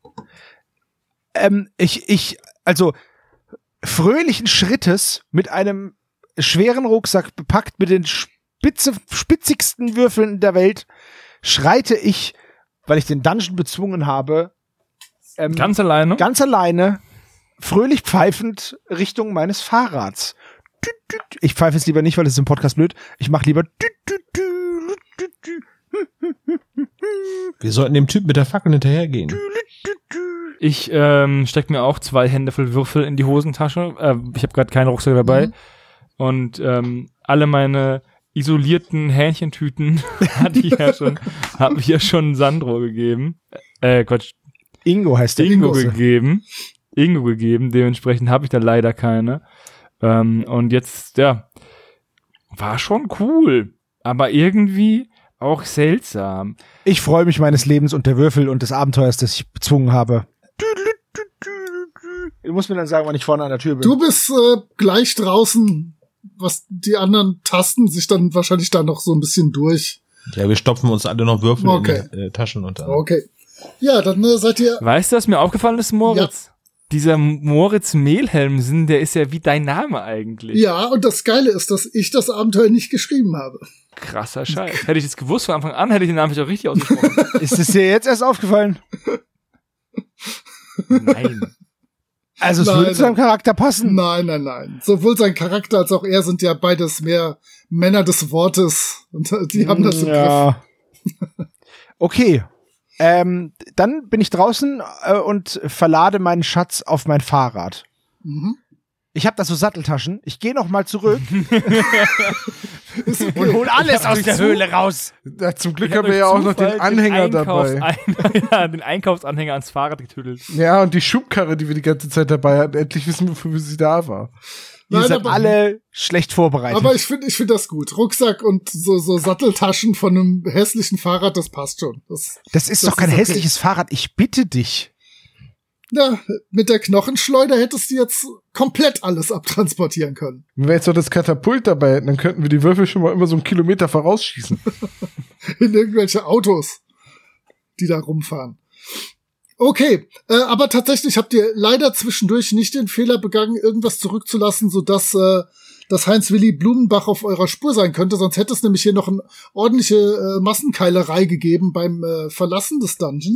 Ähm, ich, ich, also fröhlichen Schrittes mit einem schweren Rucksack bepackt mit den spitze, spitzigsten Würfeln der Welt schreite ich, weil ich den Dungeon bezwungen habe, ähm, Ganz alleine. ganz alleine, fröhlich pfeifend Richtung meines Fahrrads. Tüt, tüt. Ich pfeife es lieber nicht, weil es ist im Podcast blöd. Ich mache lieber tüt, tüt, tüt, tüt, tüt. Wir sollten dem Typ mit der Fackel hinterhergehen. Ich ähm, steck mir auch zwei Hände voll Würfel in die Hosentasche. Äh, ich habe gerade keinen Rucksack dabei. Mhm. Und ähm, alle meine isolierten Hähnchentüten hatte ich ja schon, habe ich ja schon Sandro gegeben. Äh, Quatsch, Ingo heißt der. Ingo Ingo. gegeben. Ingo gegeben. Dementsprechend habe ich da leider keine. Ähm, und jetzt, ja, war schon cool. Aber irgendwie auch seltsam. Ich freue mich meines Lebens und der Würfel und des Abenteuers, das ich bezwungen habe. Du musst mir dann sagen, wann ich vorne an der Tür bin. Du bist äh, gleich draußen, was die anderen tasten sich dann wahrscheinlich da noch so ein bisschen durch. Ja, wir stopfen uns alle noch Würfel Okay. in die äh, Taschen und dann. Okay. Ja, dann äh, seid ihr. Weißt du, was mir aufgefallen ist, Moritz? Dieser Moritz Mehlhelmsen, der ist ja wie dein Name eigentlich. Ja, und das Geile ist, dass ich das Abenteuer nicht geschrieben habe. Krasser Scheiß. Hätte ich das gewusst von Anfang an, hätte ich den Namen nicht auch richtig ausgesprochen. Ist es dir jetzt erst aufgefallen? Nein. Also es Nein, würde zu deinem nein. Charakter passen. Nein, nein, nein. Sowohl sein Charakter als auch er sind ja beides mehr Männer des Wortes. Und äh, die haben das im Griff. Ja. Okay. Ähm, dann bin ich draußen äh, und verlade meinen Schatz auf mein Fahrrad. Mhm. Ich habe da so Satteltaschen. Ich gehe noch mal zurück Ist okay. und hol alles aus der zu- Höhle raus. Ja, zum Glück Ich hab haben wir ja durch auch noch den Zufall Anhänger Einkaufs- dabei. Ein- ja, den Einkaufsanhänger ans Fahrrad getüdelt. Ja, und die Schubkarre, die wir die ganze Zeit dabei hatten. Endlich wissen wir, wofür sie da war. Ihr Nein, seid aber- alle schlecht vorbereitet. Aber ich finde ich finde das gut. Rucksack und so, so Satteltaschen von einem hässlichen Fahrrad, das passt schon. Das, das ist das doch kein ist okay. hässliches Fahrrad. Ich bitte dich. ja, mit der Knochenschleuder hättest du jetzt komplett alles abtransportieren können. Wenn wir jetzt noch das Katapult dabei hätten, dann könnten wir die Würfel schon mal immer so einen Kilometer vorausschießen. In irgendwelche Autos, die da rumfahren. Okay, äh, aber tatsächlich habt ihr leider zwischendurch nicht den Fehler begangen, irgendwas zurückzulassen, sodass äh, dass Heinz-Willi Blumenbach auf eurer Spur sein könnte. Sonst hätte es nämlich hier noch eine ordentliche äh, Massenkeilerei gegeben beim äh, Verlassen des Dungeons.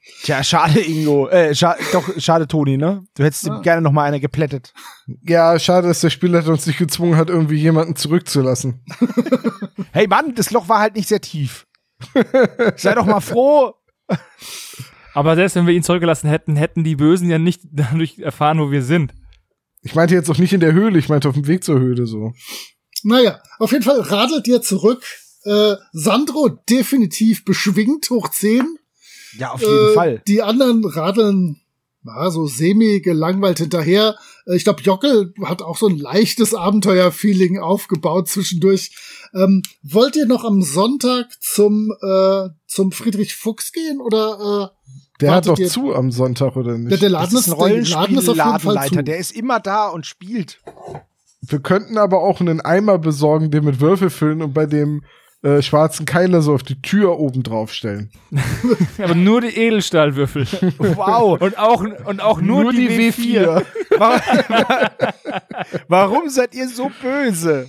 Tja, schade, Ingo. Äh, scha doch, schade, Toni, ne? Du hättest Ah. ihm gerne noch mal eine geplättet. Ja, schade, dass der Spielleiter uns nicht gezwungen hat, irgendwie jemanden zurückzulassen. Hey Mann, das Loch war halt nicht sehr tief. Sei doch mal froh. Aber selbst wenn wir ihn zurückgelassen hätten, hätten die Bösen ja nicht dadurch erfahren, wo wir sind. Ich meinte jetzt auch nicht in der Höhle, ich meinte auf dem Weg zur Höhle so. Naja, auf jeden Fall radelt ihr zurück. Äh, Sandro definitiv beschwingt hoch zehn. Ja, auf jeden äh, Fall. Die anderen radeln na, so semi-gelangweilt hinterher. Äh, ich glaube, Jockel hat auch so ein leichtes Abenteuer-Feeling aufgebaut zwischendurch. Ähm, wollt ihr noch am Sonntag zum äh, zum Friedrich Fuchs gehen oder äh, Der hat wartet doch ihr- zu am Sonntag, oder nicht? Der, der Das Laden ist ein ist, der Laden ist auf jeden Fall Rollenspiel-Ladenleiter. zu. Der ist immer da und spielt. Wir könnten aber auch einen Eimer besorgen, den mit Würfel füllen und bei dem äh, schwarzen Keiler so auf die Tür oben drauf stellen. Aber nur die Edelstahlwürfel. Wow. Und auch, und auch nur, die, W vier. Warum seid ihr so böse?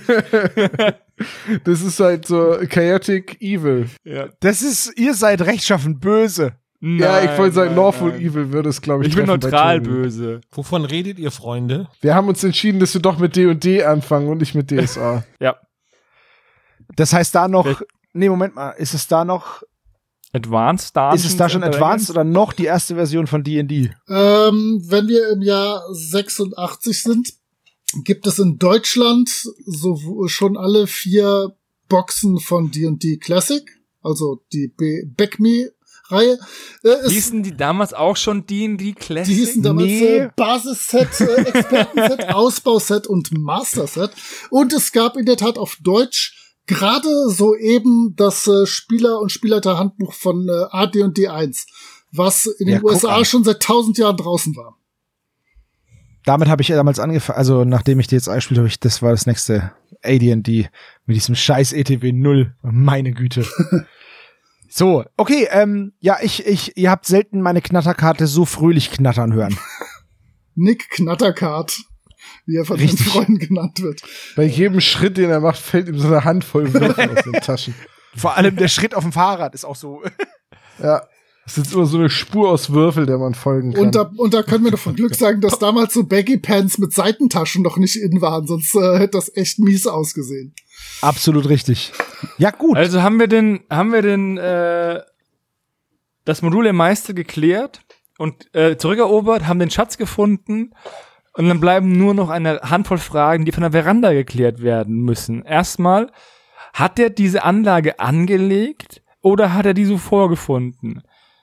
Das ist halt so chaotic evil. Das ist, ihr seid rechtschaffen böse. Ja, ich wollte sagen, nein, lawful nein. evil würde es, glaube ich, Ich bin treffen bei neutral Tony. böse. Wovon redet ihr, Freunde? Wir haben uns entschieden, dass wir doch mit D und D anfangen und nicht mit D S A. Ja. Das heißt da noch, Wel- nee, Moment mal, ist es da noch, Advanced Dungeons ist es da schon and Advanced Dragons? oder noch die erste Version von D und D? Ähm, wenn wir im Jahr sechsundachtzig sind, gibt es in Deutschland so schon alle vier Boxen von D und D Classic, also die Be- Back Me-Reihe. Äh, es- Hießen die damals auch schon D und D Classic? Die hießen damals Nee. äh, Basisset, äh, Expertenset, Ausbauset und Masterset. Und es gab in der Tat auf Deutsch gerade soeben das äh, Spieler- und Spielleiterhandbuch von äh, A D und D eins, was in Ja, den U S guck A an. schon seit tausend Jahren draußen war. Damit habe ich ja damals angefangen, also nachdem ich D S A gespielt habe, ich, das war das nächste A D und D mit diesem scheiß E T W null. Meine Güte. So, okay, ähm, ja, ich, ich, ihr habt selten meine Knatterkarte so fröhlich knattern hören. Nick Knatterkart, wie er von den Richtig. Freunden genannt wird. Bei jedem Schritt, den er macht, fällt ihm so eine Handvoll Würfel aus den Taschen. Vor allem der Schritt auf dem Fahrrad ist auch so. Ja. Das ist immer so eine Spur aus Würfel, der man folgen kann. Und da, und da können wir doch von Glück sagen, dass damals so Baggy Pants mit Seitentaschen noch nicht in waren, sonst äh, hätte das echt mies ausgesehen. Absolut richtig. Ja, gut. Also haben wir den, haben wir den, äh, das Modul der Meister geklärt und äh, zurückerobert, haben den Schatz gefunden und dann bleiben nur noch eine Handvoll Fragen, die von der Veranda geklärt werden müssen. Erstmal, hat er diese Anlage angelegt oder hat er die so vorgefunden?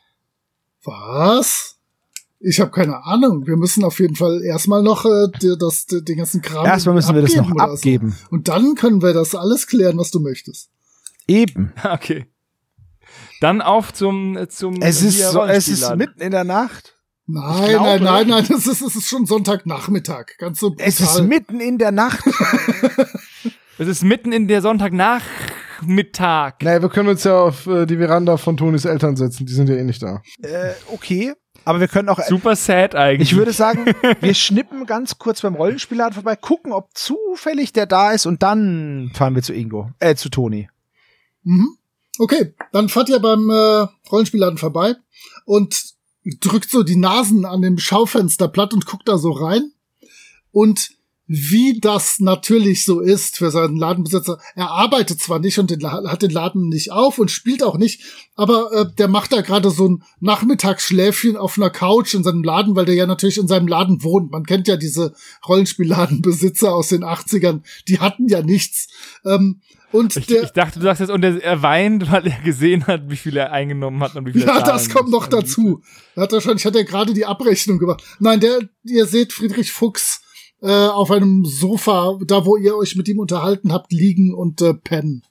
Was? Ich habe keine Ahnung. Wir müssen auf jeden Fall erstmal noch äh, die, das, die, den ganzen Kram Erstmal müssen wir das noch oder so. abgeben. Und dann können wir das alles klären, was du möchtest. Eben. Okay. Dann auf zum, zum Es ist hier so, es ist Rollenspielladen. mitten in der Nacht. Nein, glaube- nein, nein, nein, das ist, es ist schon Sonntagnachmittag. Ganz so brutal. Es ist mitten in der Nacht. Es ist mitten in der Sonntagnachmittag. naja, wir können uns ja auf äh, die Veranda von Tonis Eltern setzen. Die sind ja eh nicht da. äh, okay. Aber wir können auch. Super sad eigentlich. Ich würde sagen, wir schnippen ganz kurz beim Rollenspielladen vorbei, gucken, ob zufällig der da ist und dann fahren wir zu Ingo. Äh, zu Toni. Mhm. Okay, dann fahrt ihr beim äh, Rollenspielladen vorbei und drückt so die Nasen an dem Schaufenster platt und guckt da so rein. Und wie das natürlich so ist für seinen Ladenbesitzer, er arbeitet zwar nicht und den La- hat den Laden nicht auf und spielt auch nicht, aber äh, der macht da gerade so ein Nachmittagsschläfchen auf einer Couch in seinem Laden, weil der ja natürlich in seinem Laden wohnt. Man kennt ja diese Rollenspielladenbesitzer aus den achtzigern, die hatten ja nichts. Ähm, und Ich, der ich dachte, du sagst jetzt, und er, er weint, weil er gesehen hat, wie viel er eingenommen hat und wie viel er Ja, das zahlen kommt muss. noch dazu. Er hat wahrscheinlich hat er gerade die Abrechnung gemacht. Nein, der, ihr seht Friedrich Fuchs äh, auf einem Sofa, da wo ihr euch mit ihm unterhalten habt, liegen und äh, pennen.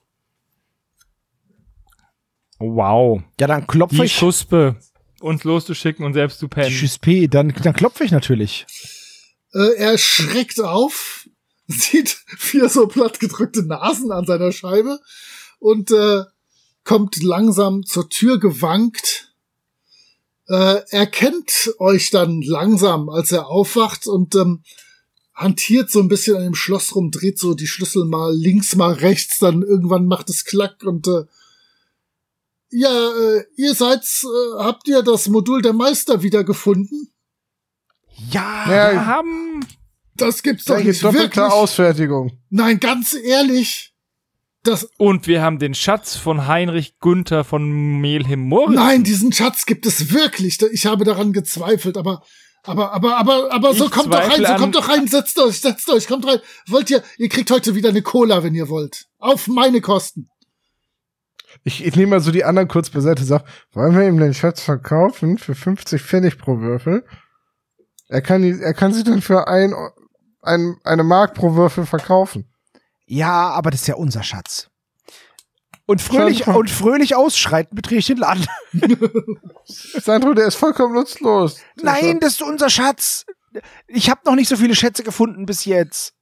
Wow. Ja, dann klopfe Die ich. Schuspe, uns loszuschicken und selbst zu pennen. Tschüss P, dann, dann klopfe ich natürlich. Äh, er schreckt auf, sieht vier so plattgedrückte Nasen an seiner Scheibe und äh, kommt langsam zur Tür gewankt. Äh, er kennt euch dann langsam, als er aufwacht und ähm, hantiert so ein bisschen an dem Schloss rum, dreht so die Schlüssel mal links, mal rechts, dann irgendwann macht es Klack und äh, Ja, äh, ihr seid, äh, habt ihr das Modul der Meister wiedergefunden? Ja, Ja, wir haben. Das gibt's doch Da nicht gibt doppelte wirklich. Ausfertigung. Nein, ganz ehrlich. Das, Und wir haben den Schatz von Heinrich Günther von Melhem-Moritz. nein, diesen Schatz gibt es wirklich. Ich habe daran gezweifelt, aber, aber, aber, aber, aber so Ich kommt doch rein, zweifle so an- kommt doch rein, setzt euch, setzt euch, kommt rein. Wollt ihr, ihr kriegt heute wieder eine Cola, wenn ihr wollt. Auf meine Kosten. Ich, ich nehme mal so die anderen kurz beiseite, sag, wollen wir ihm den Schatz verkaufen für fünfzig Pfennig pro Würfel? Er kann, die, er kann sie dann für ein, ein, eine Mark pro Würfel verkaufen. Ja, aber das ist ja unser Schatz. Und fröhlich, Schon- und fröhlich ausschreiten betrete ich den Laden. Sandro, der ist vollkommen nutzlos. Der Nein, das ist unser Schatz. Ich habe noch nicht so viele Schätze gefunden bis jetzt.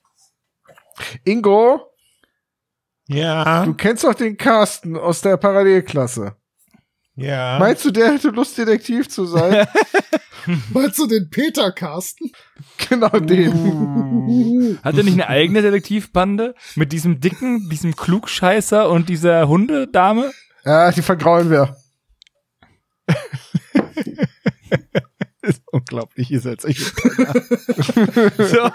Ingo, Ja. du kennst doch den Carsten aus der Parallelklasse. Ja. Meinst du, der hätte Lust, Detektiv zu sein? Meinst du den Peter Carsten? Genau den. Hat er nicht eine eigene Detektivbande mit diesem dicken, diesem Klugscheißer und dieser Hundedame? Ja, die vergraulen wir. Das ist unglaublich, ihr seid solche so.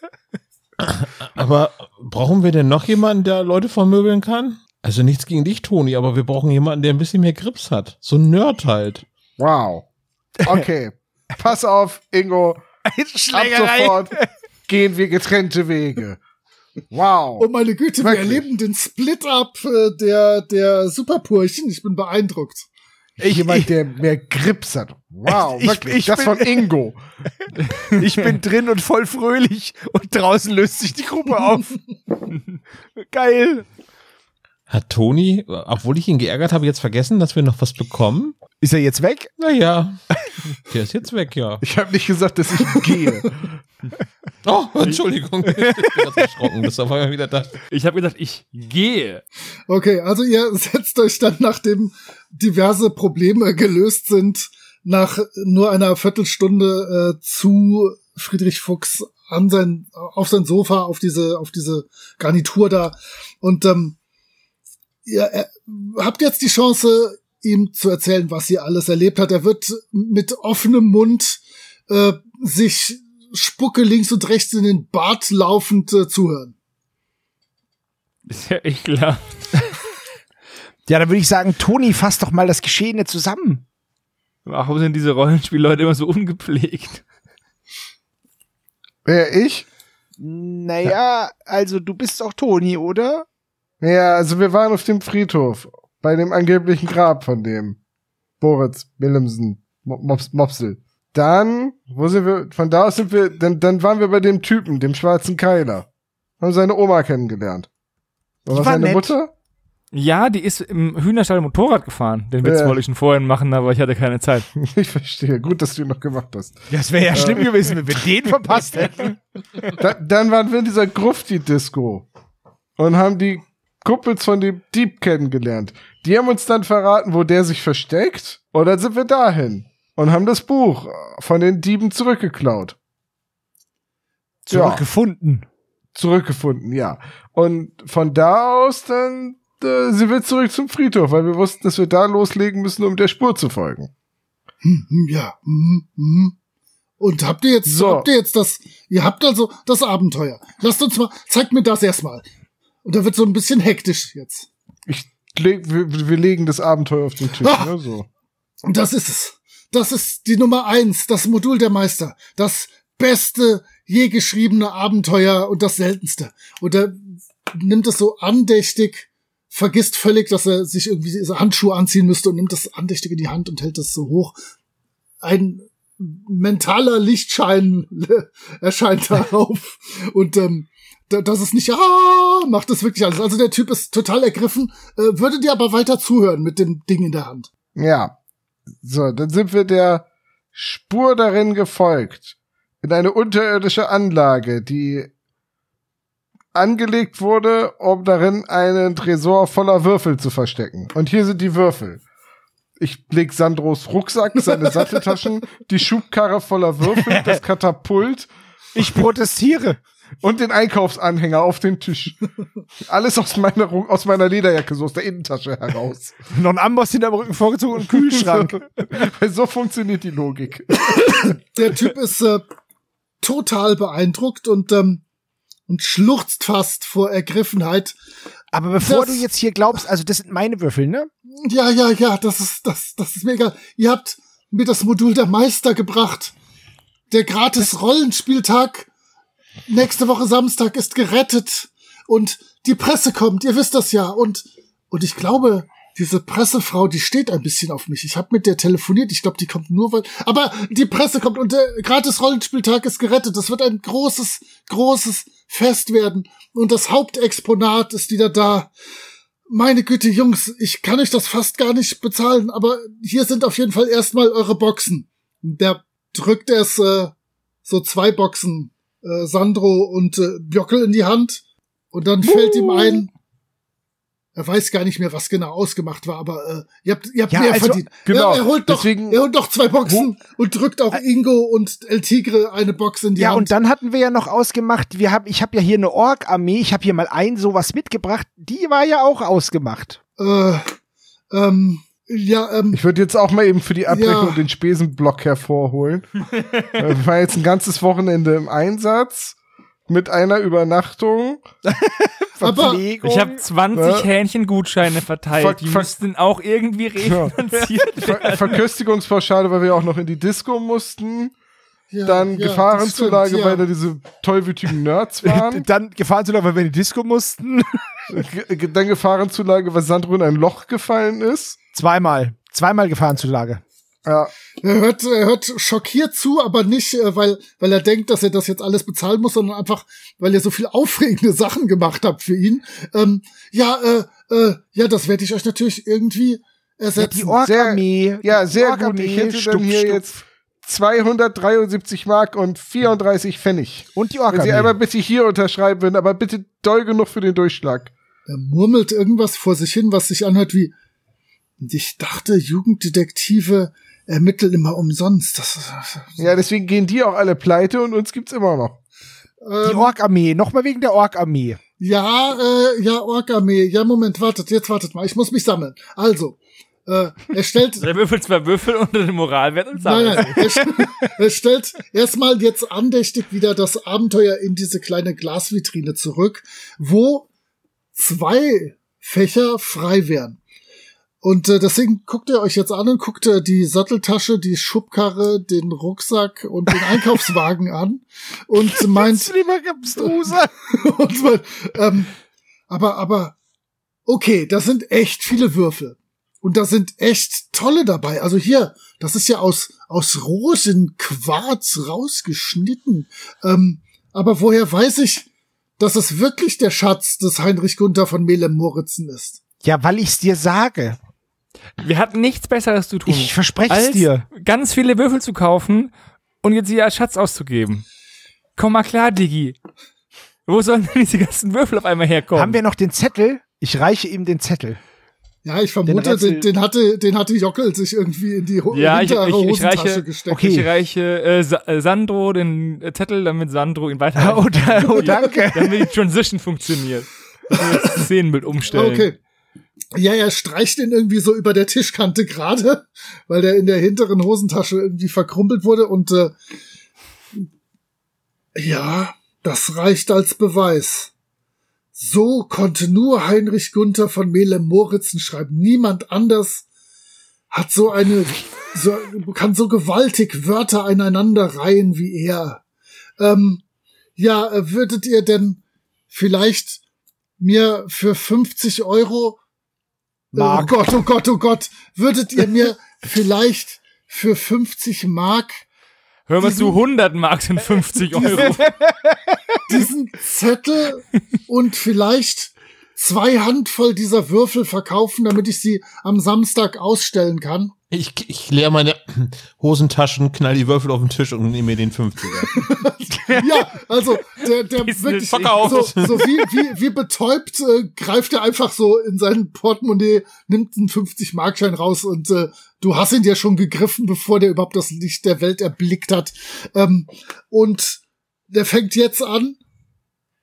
Aber brauchen wir denn noch jemanden, der Leute vermöbeln kann? Also nichts gegen dich, Toni, aber wir brauchen jemanden, der ein bisschen mehr Grips hat. So ein Nerd halt. Wow. Okay. Pass auf, Ingo. Ab Schlägerei. sofort gehen wir getrennte Wege. Wow. Oh meine Güte, wir Wirklich? erleben den Split-Up äh, der, der Superpurchen. Ich bin beeindruckt. Jemand, der mehr Grips hat. Wow, Ich- wirklich. ich das bin- von Ingo. Ich bin drin und voll fröhlich und draußen löst sich die Gruppe auf. Geil. Hat Toni, obwohl ich ihn geärgert habe, jetzt vergessen, dass wir noch was bekommen? Ist er jetzt weg? Naja, der ist jetzt weg, ja. Ich habe nicht gesagt, dass ich gehe. Oh, Entschuldigung. Ich bin ganz erschrocken, dass auf einmal wieder das. Ich habe gedacht, ich gehe. Okay, also ihr setzt euch dann, nachdem diverse Probleme gelöst sind, nach nur einer Viertelstunde äh, zu Friedrich Fuchs an sein, auf sein Sofa, auf diese, auf diese Garnitur da. Und ähm, ihr äh, habt jetzt die Chance, ihm zu erzählen, was ihr alles erlebt hat. Er wird mit offenem Mund äh, sich Spucke links und rechts in den Bart laufend äh, zuhören. Ist ja ekelhaft. Ja, dann würde ich sagen, Toni, fass doch mal das Geschehene zusammen. Warum sind diese Rollenspielleute immer so ungepflegt? Wer, ich? Naja, also du bist doch Toni, oder? Ja, also wir waren auf dem Friedhof. Bei dem angeblichen Grab von dem Boris Willemsen Mops, Mopsel. Dann, wo sind wir? Von da aus sind wir, dann, dann waren wir bei dem Typen, dem schwarzen Keiler. Haben seine Oma kennengelernt. War Die das war seine nett. Mutter? Ja, die ist im Hühnerstall Motorrad gefahren. Den Witz Ja. wollte ich schon vorhin machen, aber ich hatte keine Zeit. Ich verstehe. Gut, dass du ihn noch gemacht hast. Das wäre ja schlimm gewesen, wenn wir den verpasst hätten. Da, dann waren wir in dieser Grufti-Disco und haben die Kumpels von dem Dieb kennengelernt. Die haben uns dann verraten, wo der sich versteckt. Und dann sind wir dahin und haben das Buch von den Dieben zurückgeklaut. Ja, Zurückgefunden. zurückgefunden, ja. Und von da aus dann äh, sind wir zurück zum Friedhof, weil wir wussten, dass wir da loslegen müssen, um der Spur zu folgen. Hm, hm, ja. Hm, hm. Und habt ihr jetzt, So. habt ihr jetzt das, ihr habt also das Abenteuer. Lasst uns mal, zeigt mir das erstmal. Und da wird so ein bisschen hektisch jetzt. Ich leg, wir, wir legen das Abenteuer auf den Tisch, Ah! ne, so. Und das ist es. Das ist die Nummer eins, das Modul der Meister. Das beste je geschriebene Abenteuer und das seltenste. Und er nimmt es so andächtig, vergisst völlig, dass er sich irgendwie diese Handschuhe anziehen müsste und nimmt das andächtig in die Hand und hält das so hoch. Ein mentaler Lichtschein erscheint darauf. Und ähm, da- das ist nicht, ah, macht das wirklich alles. Also der Typ ist total ergriffen, äh, würde dir aber weiter zuhören mit dem Ding in der Hand. Ja. So, dann sind wir der Spur darin gefolgt. In eine unterirdische Anlage, die angelegt wurde, um darin einen Tresor voller Würfel zu verstecken. Und hier sind die Würfel. Ich leg Sandros Rucksack, seine Satteltaschen, die Schubkarre voller Würfel, das Katapult. Ich protestiere. Und den Einkaufsanhänger auf den Tisch. Alles aus meiner, aus meiner Lederjacke, so aus der Innentasche heraus. Noch ein Amboss hinterm Rücken vorgezogen und einen Kühlschrank. Weil so funktioniert die Logik. Der Typ ist äh, total beeindruckt und, ähm, und schluchzt fast vor Ergriffenheit. Aber bevor Das- du jetzt hier glaubst, also das sind meine Würfel, ne? Ja, ja, ja, das ist, das, das ist mega. Ihr habt mir das Modul der Meister gebracht. Der gratis Rollenspieltag nächste Woche Samstag ist gerettet und die Presse kommt, ihr wisst das ja. Und, und ich glaube, diese Pressefrau, die steht ein bisschen auf mich. Ich habe mit der telefoniert, ich glaube, die kommt nur, weil, aber die Presse kommt und der gratis Rollenspieltag ist gerettet. Das wird ein großes, großes Fest werden und das Hauptexponat ist wieder da. Meine Güte, Jungs, ich kann euch das fast gar nicht bezahlen, aber hier sind auf jeden Fall erstmal eure Boxen. Der drückt es äh, so zwei Boxen äh, Sandro und äh, Bjockel in die Hand und dann fällt ihm ein, er weiß gar nicht mehr, was genau ausgemacht war, aber äh, ihr habt, ihr habt Ja, mehr also, verdient. genau, er, er, holt doch, deswegen- er holt doch zwei Boxen und drückt auch Ingo und El Tigre eine Box in die Ja, Hand. und dann hatten wir ja noch ausgemacht, wir hab, ich habe ja hier eine Ork-Armee, ich habe hier mal ein sowas mitgebracht, die war ja auch ausgemacht. äh, ähm, ja, ähm, Ich würde jetzt auch mal eben für die Abrechnung Ja. den Spesenblock hervorholen. Äh, Ich war jetzt ein ganzes Wochenende im Einsatz mit einer Übernachtung. aber Verpflegung. Ich habe zwanzig Ja. Hähnchengutscheine verteilt. Ver- Die ver- müssten auch irgendwie refinanziert Ver werden. Verköstigungspauschale, weil wir auch noch in die Disco mussten. ja, Dann ja, Gefahrenzulage, das stimmt, weil da ja. diese tollwütigen Nerds waren. Dann Gefahrenzulage, weil wir in die Disco mussten. Ge- ge- Dann Gefahrenzulage, weil Sandro in ein Loch gefallen ist. Zweimal. Zweimal Gefahrenzulage. Ja, Er hört, er hört schockiert zu, aber nicht, äh, weil, weil er denkt, dass er das jetzt alles bezahlen muss, sondern einfach, weil ihr so viel aufregende Sachen gemacht habt für ihn. Ähm, ja, äh, äh, ja, das werde ich euch natürlich irgendwie Ja, ersetzen. die Ork-Armee. ja, die sehr Ork-Armee, gut. Ich hätte Stumpf, dann hier Stumpf. jetzt zweihundertdreiundsiebzig Mark und vierunddreißig Pfennig. Und die Wenn Sie einmal Ork-Armee. bitte hier unterschreiben würden, aber bitte doll genug für den Durchschlag. Er murmelt irgendwas vor sich hin, was sich anhört wie, ich dachte, Jugenddetektive ermitteln immer umsonst. Das, Ja, deswegen gehen die auch alle pleite und uns gibt's immer noch. Die ähm, Ork-Armee. Nochmal wegen der Ork-Armee. ja, äh, ja, Ork-Armee. Ja, Moment, wartet, jetzt wartet mal. Ich muss mich sammeln. Also, äh, er stellt, Der würfelt zwei Würfel unter den Moralwert und Nein, sagt, nein, er, st- er stellt erstmal jetzt andächtig wieder das Abenteuer in diese kleine Glasvitrine zurück, wo zwei Fächer frei wären. Und äh, deswegen guckt ihr euch jetzt an und guckt äh, die Satteltasche, die Schubkarre, den Rucksack und den Einkaufswagen an und meint, Lieber abstruser. und meint ähm, aber, aber, okay, das sind echt viele Würfel. Und da sind echt tolle dabei. Also hier, das ist ja aus, aus Rosenquarz rausgeschnitten. Ähm, aber woher weiß ich, dass es wirklich der Schatz des Heinrich Gunther von Melem-Moritzen ist? Ja, weil ich's dir sage. wir hatten nichts Besseres zu tun, Ich verspreche es als dir. ganz viele Würfel zu kaufen und jetzt sie als Schatz auszugeben. Komm mal klar, Diggi. Wo sollen denn diese ganzen Würfel auf einmal herkommen? Haben wir noch den Zettel? Ich reiche ihm den Zettel. Ja, ich vermute, Den Rätsel- den, den hatte, den hatte Jockel sich irgendwie in die Ho Ja, ich- hintere ich- ich Hosentasche reiche- gesteckt. Okay. Ich reiche äh, Sa äh, Sandro den äh, Zettel, damit Sandro ihn weiter. Oh, da, oh danke. Damit die Transition funktioniert. Dass wir das Szenenbild umstellen. Okay. Ja, er streicht ihn irgendwie so über der Tischkante gerade, weil der in der hinteren Hosentasche irgendwie verkrumpelt wurde und äh, ja, das reicht als Beweis. So konnte nur Heinrich Gunther von Melem-Moritzen schreiben. Niemand anders hat so eine, so, kann so gewaltig Wörter aneinander reihen wie er. Ähm, ja, äh, würdet ihr denn vielleicht mir für fünfzig Euro, Mark. oh Gott, oh Gott, oh Gott, würdet ihr mir vielleicht für fünfzig Mark Hör mal zu, hundert Mark sind fünfzig Euro. diesen Zettel und vielleicht zwei Handvoll dieser Würfel verkaufen, damit ich sie am Samstag ausstellen kann? Ich, ich leer meine Hosentaschen, knall die Würfel auf den Tisch und nehme mir den fünfziger. Ja, also der, der Business wirklich verkauft. so, so wie, wie, wie betäubt äh, greift er einfach so in sein Portemonnaie, nimmt einen fünfzig-Markschein raus und äh, du hast ihn ja schon gegriffen, bevor der überhaupt das Licht der Welt erblickt hat. Ähm, und der fängt jetzt an,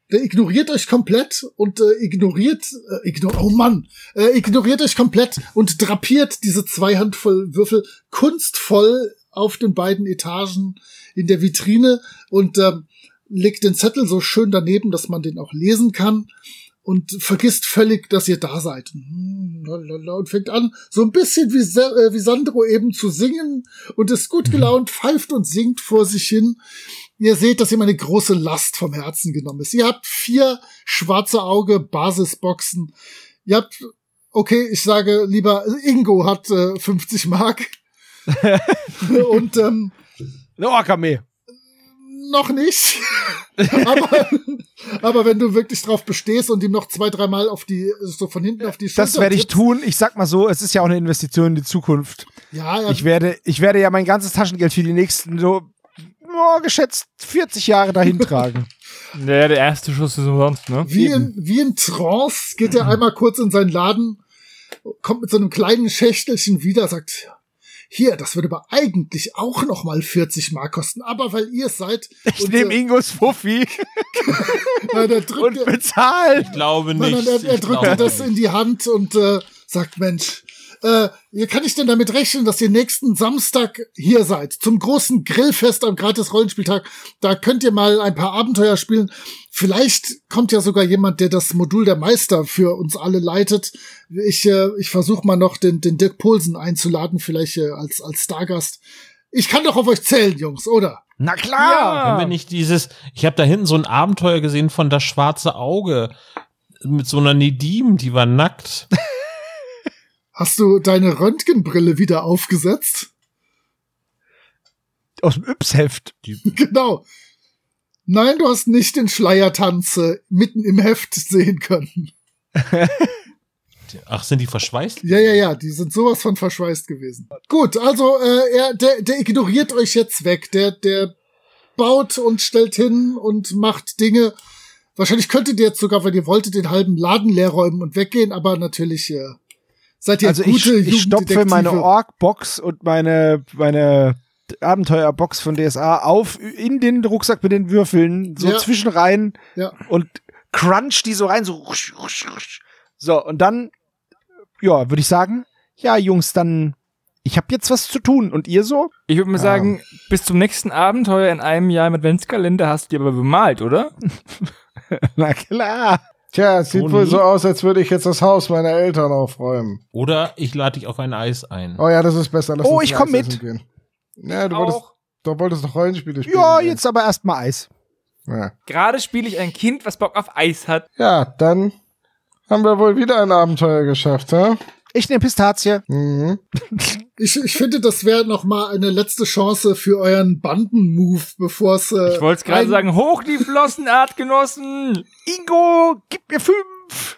der ignoriert euch komplett und äh, ignoriert, äh, ignor oh Mann, äh, ignoriert euch komplett und drapiert diese zwei Handvoll Würfel kunstvoll auf den beiden Etagen in der Vitrine und ähm, legt den Zettel so schön daneben, dass man den auch lesen kann und vergisst völlig, dass ihr da seid. Und fängt an, so ein bisschen wie, äh, wie Sandro eben zu singen und ist gut gelaunt, pfeift und singt vor sich hin. Ihr seht, dass ihm eine große Last vom Herzen genommen ist. Ihr habt vier schwarze Auge Basisboxen. Ihr habt, okay, ich sage lieber, Ingo hat äh, fünfzig Mark. Und ähm, eine Ork-Armee. Noch nicht. aber, aber wenn du wirklich drauf bestehst und ihm noch zwei, dreimal auf die, so von hinten auf die Schulter Das werde ich tippst. tun. Ich sag mal so, es ist ja auch eine Investition in die Zukunft. Ja, ja. Ich werde, ich werde ja mein ganzes Taschengeld für die nächsten so oh, geschätzt vierzig Jahre dahin tragen. Naja, der erste Schuss ist umsonst, ne? Wie in, wie in Trance geht er einmal kurz in seinen Laden, kommt mit so einem kleinen Schächtelchen wieder, sagt, hier, das würde aber eigentlich auch noch mal vierzig Mark kosten, aber weil ihr es seid. Ich nehme äh, Ingos Fuffi nein, er drückt, und bezahle. Ich glaube nein, nicht. nein, er, er ich drückt glaube dir das nicht. in die Hand und äh, sagt, Mensch, äh, wie kann ich denn damit rechnen, dass ihr nächsten Samstag hier seid, zum großen Grillfest am Gratis-Rollenspieltag? Da könnt ihr mal ein paar Abenteuer spielen. Vielleicht kommt ja sogar jemand, der das Modul der Meister für uns alle leitet. Ich, äh, ich versuche mal noch den, den Dirk Poulsen einzuladen, vielleicht äh, als, als Stargast. Ich kann doch auf euch zählen, Jungs, oder? Na klar. Wenn wir nicht dieses, ich habe da hinten so ein Abenteuer gesehen von Das schwarze Auge mit so einer Nedim, die war nackt. Hast du deine Röntgenbrille wieder aufgesetzt? Aus dem Yps-Heft. Genau. Nein, du hast nicht den Schleiertanz äh, mitten im Heft sehen können. Ach, sind die verschweißt? Ja, ja, ja, die sind sowas von verschweißt gewesen. Gut, also äh, er, der, der ignoriert euch jetzt weg. Der, der baut und stellt hin und macht Dinge. Wahrscheinlich könntet ihr jetzt sogar, wenn ihr wolltet, den halben Laden leer räumen und weggehen, aber natürlich äh, seid ihr Also gute ich, ich stopfe Jugenddetektive. meine Ork-Box und meine, meine Abenteuerbox von D S A auf in den Rucksack mit den Würfeln, so Ja. zwischen rein Ja. und crunch die so rein, so rusch, rusch, rusch. So, und dann, ja, würde ich sagen, ja, Jungs, dann, ich habe jetzt was zu tun. Und ihr so? Ich würde mal sagen, bis zum nächsten Abenteuer in einem Jahr im Adventskalender hast du die aber bemalt, oder? Na klar. Tja, es sieht Toni? wohl so aus, als würde ich jetzt das Haus meiner Eltern aufräumen. Oder ich lade dich auf ein Eis ein. Oh ja, das ist besser. Lass Oh, uns ich ein komm Eis mit. essen Gehen. Ja, du wolltest, Auch. du wolltest doch Rollenspiele spielen. Ja, gell? jetzt aber erstmal Eis. Ja. Gerade spiele ich ein Kind, was Bock auf Eis hat. ja, dann haben wir wohl wieder ein Abenteuer geschafft, ha? Ich nehme Pistazie. Mhm. Ich, ich finde, das wäre noch mal eine letzte Chance für euren Banden-Move, bevor es äh, Ich wollte es gerade ein- sagen, hoch die Flossen, Artgenossen! Ingo, gib mir fünf.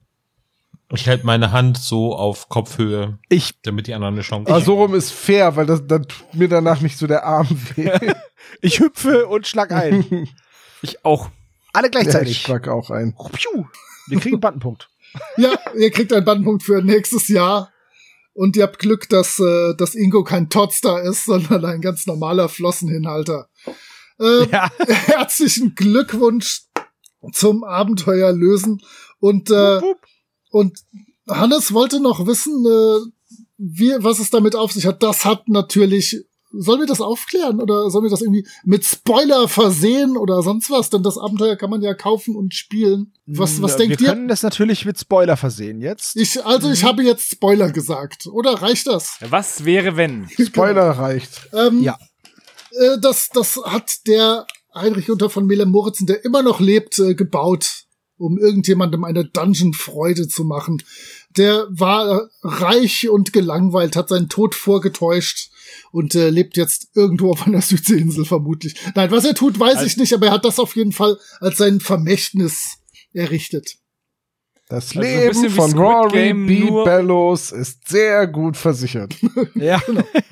Ich halte meine Hand so auf Kopfhöhe, Ich, damit die anderen eine Chance Aber so rum ist fair, weil das, dann tut mir danach nicht so der Arm weh. ich hüpfe und schlag ein. Ich auch. Alle Ja, ich gleichzeitig. schlag auch ein. Piu. Wir kriegen einen Bandenpunkt. Ja, ihr kriegt einen Bandpunkt für nächstes Jahr. Und ihr habt Glück, dass, äh, dass Ingo kein Todstar ist, sondern ein ganz normaler Flossenhinhalter. Äh, Ja. Herzlichen Glückwunsch zum Abenteuer lösen. Und, äh, Wupp, wupp. und Hannes wollte noch wissen, äh, wie, was es damit auf sich hat. Das hat natürlich, sollen wir das aufklären oder sollen wir das irgendwie mit Spoiler versehen oder sonst was? Denn das Abenteuer kann man ja kaufen und spielen. Was, was Na, denkt wir ihr? können das natürlich mit Spoiler versehen jetzt. Ich, also ich habe jetzt Spoiler gesagt. Oder reicht das? Was wäre, wenn? Spoiler reicht. Ähm, Ja. Äh, das, das hat der Heinrich Gunther von Melem Moritzen, der immer noch lebt, äh, gebaut, um irgendjemandem eine Dungeon-Freude zu machen. Der war äh, reich und gelangweilt, hat seinen Tod vorgetäuscht und äh, lebt jetzt irgendwo auf einer Südseeinsel vermutlich. Nein, was er tut, weiß ich nicht, aber er hat das auf jeden Fall als sein Vermächtnis errichtet. Das Also ein Leben bisschen wie von Squid Rory Game, B. nur- Bellows ist sehr gut versichert. Ja.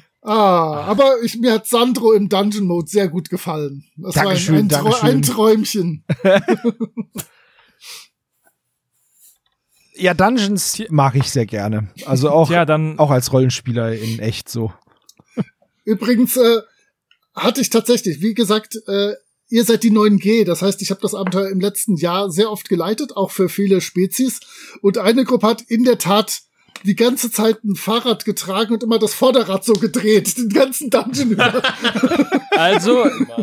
Ah, aber ich, mir hat Sandro im Dungeon-Mode sehr gut gefallen. Das Dankeschön, war ein, ein, Trau- Dankeschön. ein Träumchen. Ja, Dungeons mag ich sehr gerne. Also auch, Tja, dann auch als Rollenspieler in echt so. Übrigens äh, hatte ich tatsächlich, wie gesagt, äh, ihr seid die neun G. Das heißt, ich habe das Abenteuer im letzten Jahr sehr oft geleitet, auch für viele Spezies. Und eine Gruppe hat in der Tat die ganze Zeit ein Fahrrad getragen und immer das Vorderrad so gedreht, den ganzen Dungeon über. Also,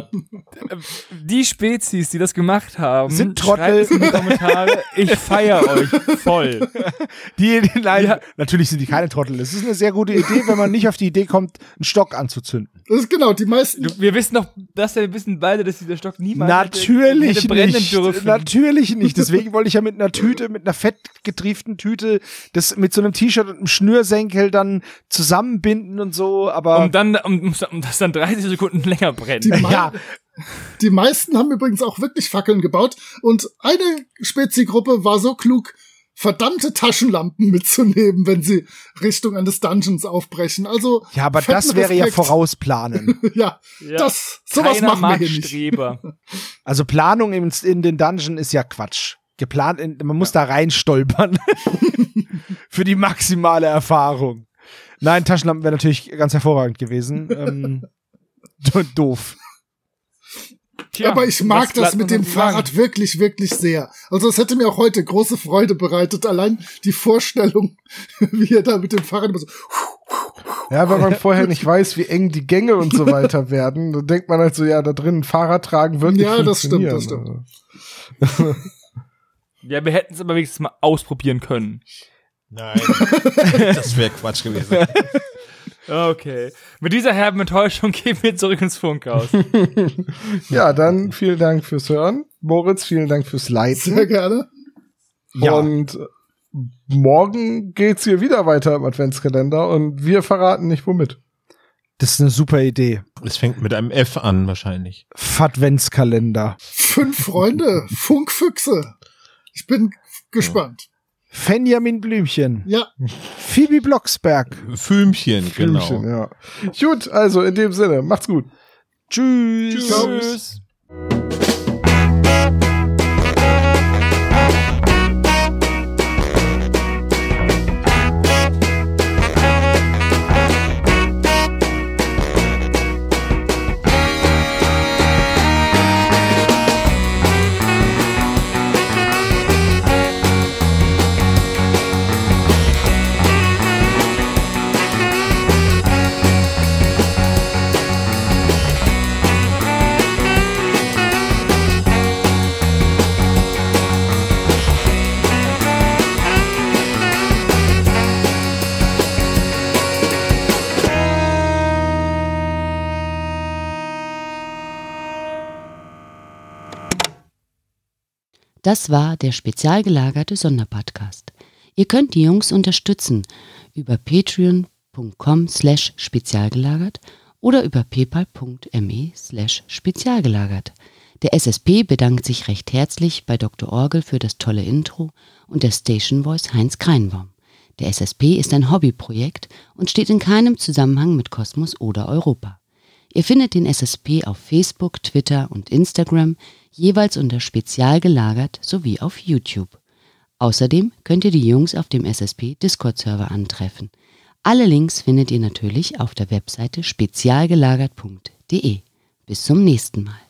die Spezies, die das gemacht haben, sind Trottel. schreibt in die Kommentare, ich feiere euch voll. Die, nein, Ja. natürlich sind die keine Trottel. Es ist eine sehr gute Idee, wenn man nicht auf die Idee kommt, einen Stock anzuzünden. Das ist genau, die meisten. Du, wir wissen doch, dass wir wissen beide, dass dieser Stock niemals Natürlich hätte, hätte brennen nicht. dürfen. Natürlich nicht. Deswegen wollte ich ja mit einer Tüte, mit einer fettgetrieften Tüte, das mit so einem T-Shirt und einem Schnürsenkel dann zusammenbinden und so, aber. Um dann, um, um das dann dreißig Sekunden länger brennt. Die, mei- ja, die meisten haben übrigens auch wirklich Fackeln gebaut. Und eine Speziegruppe war so klug, verdammte Taschenlampen mitzunehmen, wenn sie Richtung eines Dungeons aufbrechen. Also ja, aber fetten das wäre ja Respekt. vorausplanen. Ja, Ja. das, sowas Keiner machen wir mag hier nicht. Streber. Also Planung in, in den Dungeon ist ja Quatsch. Geplant, in, man muss da reinstolpern. Für die maximale Erfahrung. Nein, Taschenlampen wäre natürlich ganz hervorragend gewesen. ähm, doof. Tja, Aber ich mag was das bleibt mit uns dem noch zu sagen? Fahrrad wirklich, wirklich sehr. Also es hätte mir auch heute große Freude bereitet. Allein die Vorstellung, wie er da mit dem Fahrrad immer so. Ja, weil man vorher nicht weiß, wie eng die Gänge und so weiter werden. Da denkt man halt so, ja, da drin ein Fahrrad tragen wird nicht Ja, das stimmt, funktionieren. das stimmt. Ja, wir hätten es aber wenigstens mal ausprobieren können. Nein, das wäre Quatsch gewesen. Okay. Mit dieser herben Enttäuschung gehen wir zurück ins Funkhaus. Ja, dann vielen Dank fürs Hören. Moritz, vielen Dank fürs Sehr Leiten. gerne. Ja. Und morgen geht's hier wieder weiter im Adventskalender und wir verraten nicht womit. Das ist eine super Idee. Es fängt mit einem F an, wahrscheinlich. Adventskalender. Fünf Freunde, Funkfüchse. Ich bin gespannt. Fenjamin Blümchen. Ja, Phoebe Blocksberg. Filmchen, genau. Filmchen, ja. Gut, also in dem Sinne, macht's gut. Tschüss. Tschüss. Das war der spezial gelagerte Sonderpodcast. Ihr könnt die Jungs unterstützen über patreon.com slash spezialgelagert oder über paypal.me slash spezialgelagert. Der S S P bedankt sich recht herzlich bei Doktor Orgel für das tolle Intro und der Station Voice Heinz Kreinbaum. Der S S P ist ein Hobbyprojekt und steht in keinem Zusammenhang mit Kosmos oder Europa. Ihr findet den S S P auf Facebook, Twitter und Instagram, jeweils unter Spezial gelagert sowie auf YouTube. Außerdem könnt ihr die Jungs auf dem S S P Discord-Server antreffen. Alle Links findet ihr natürlich auf der Webseite spezialgelagert punkt de. Bis zum nächsten Mal.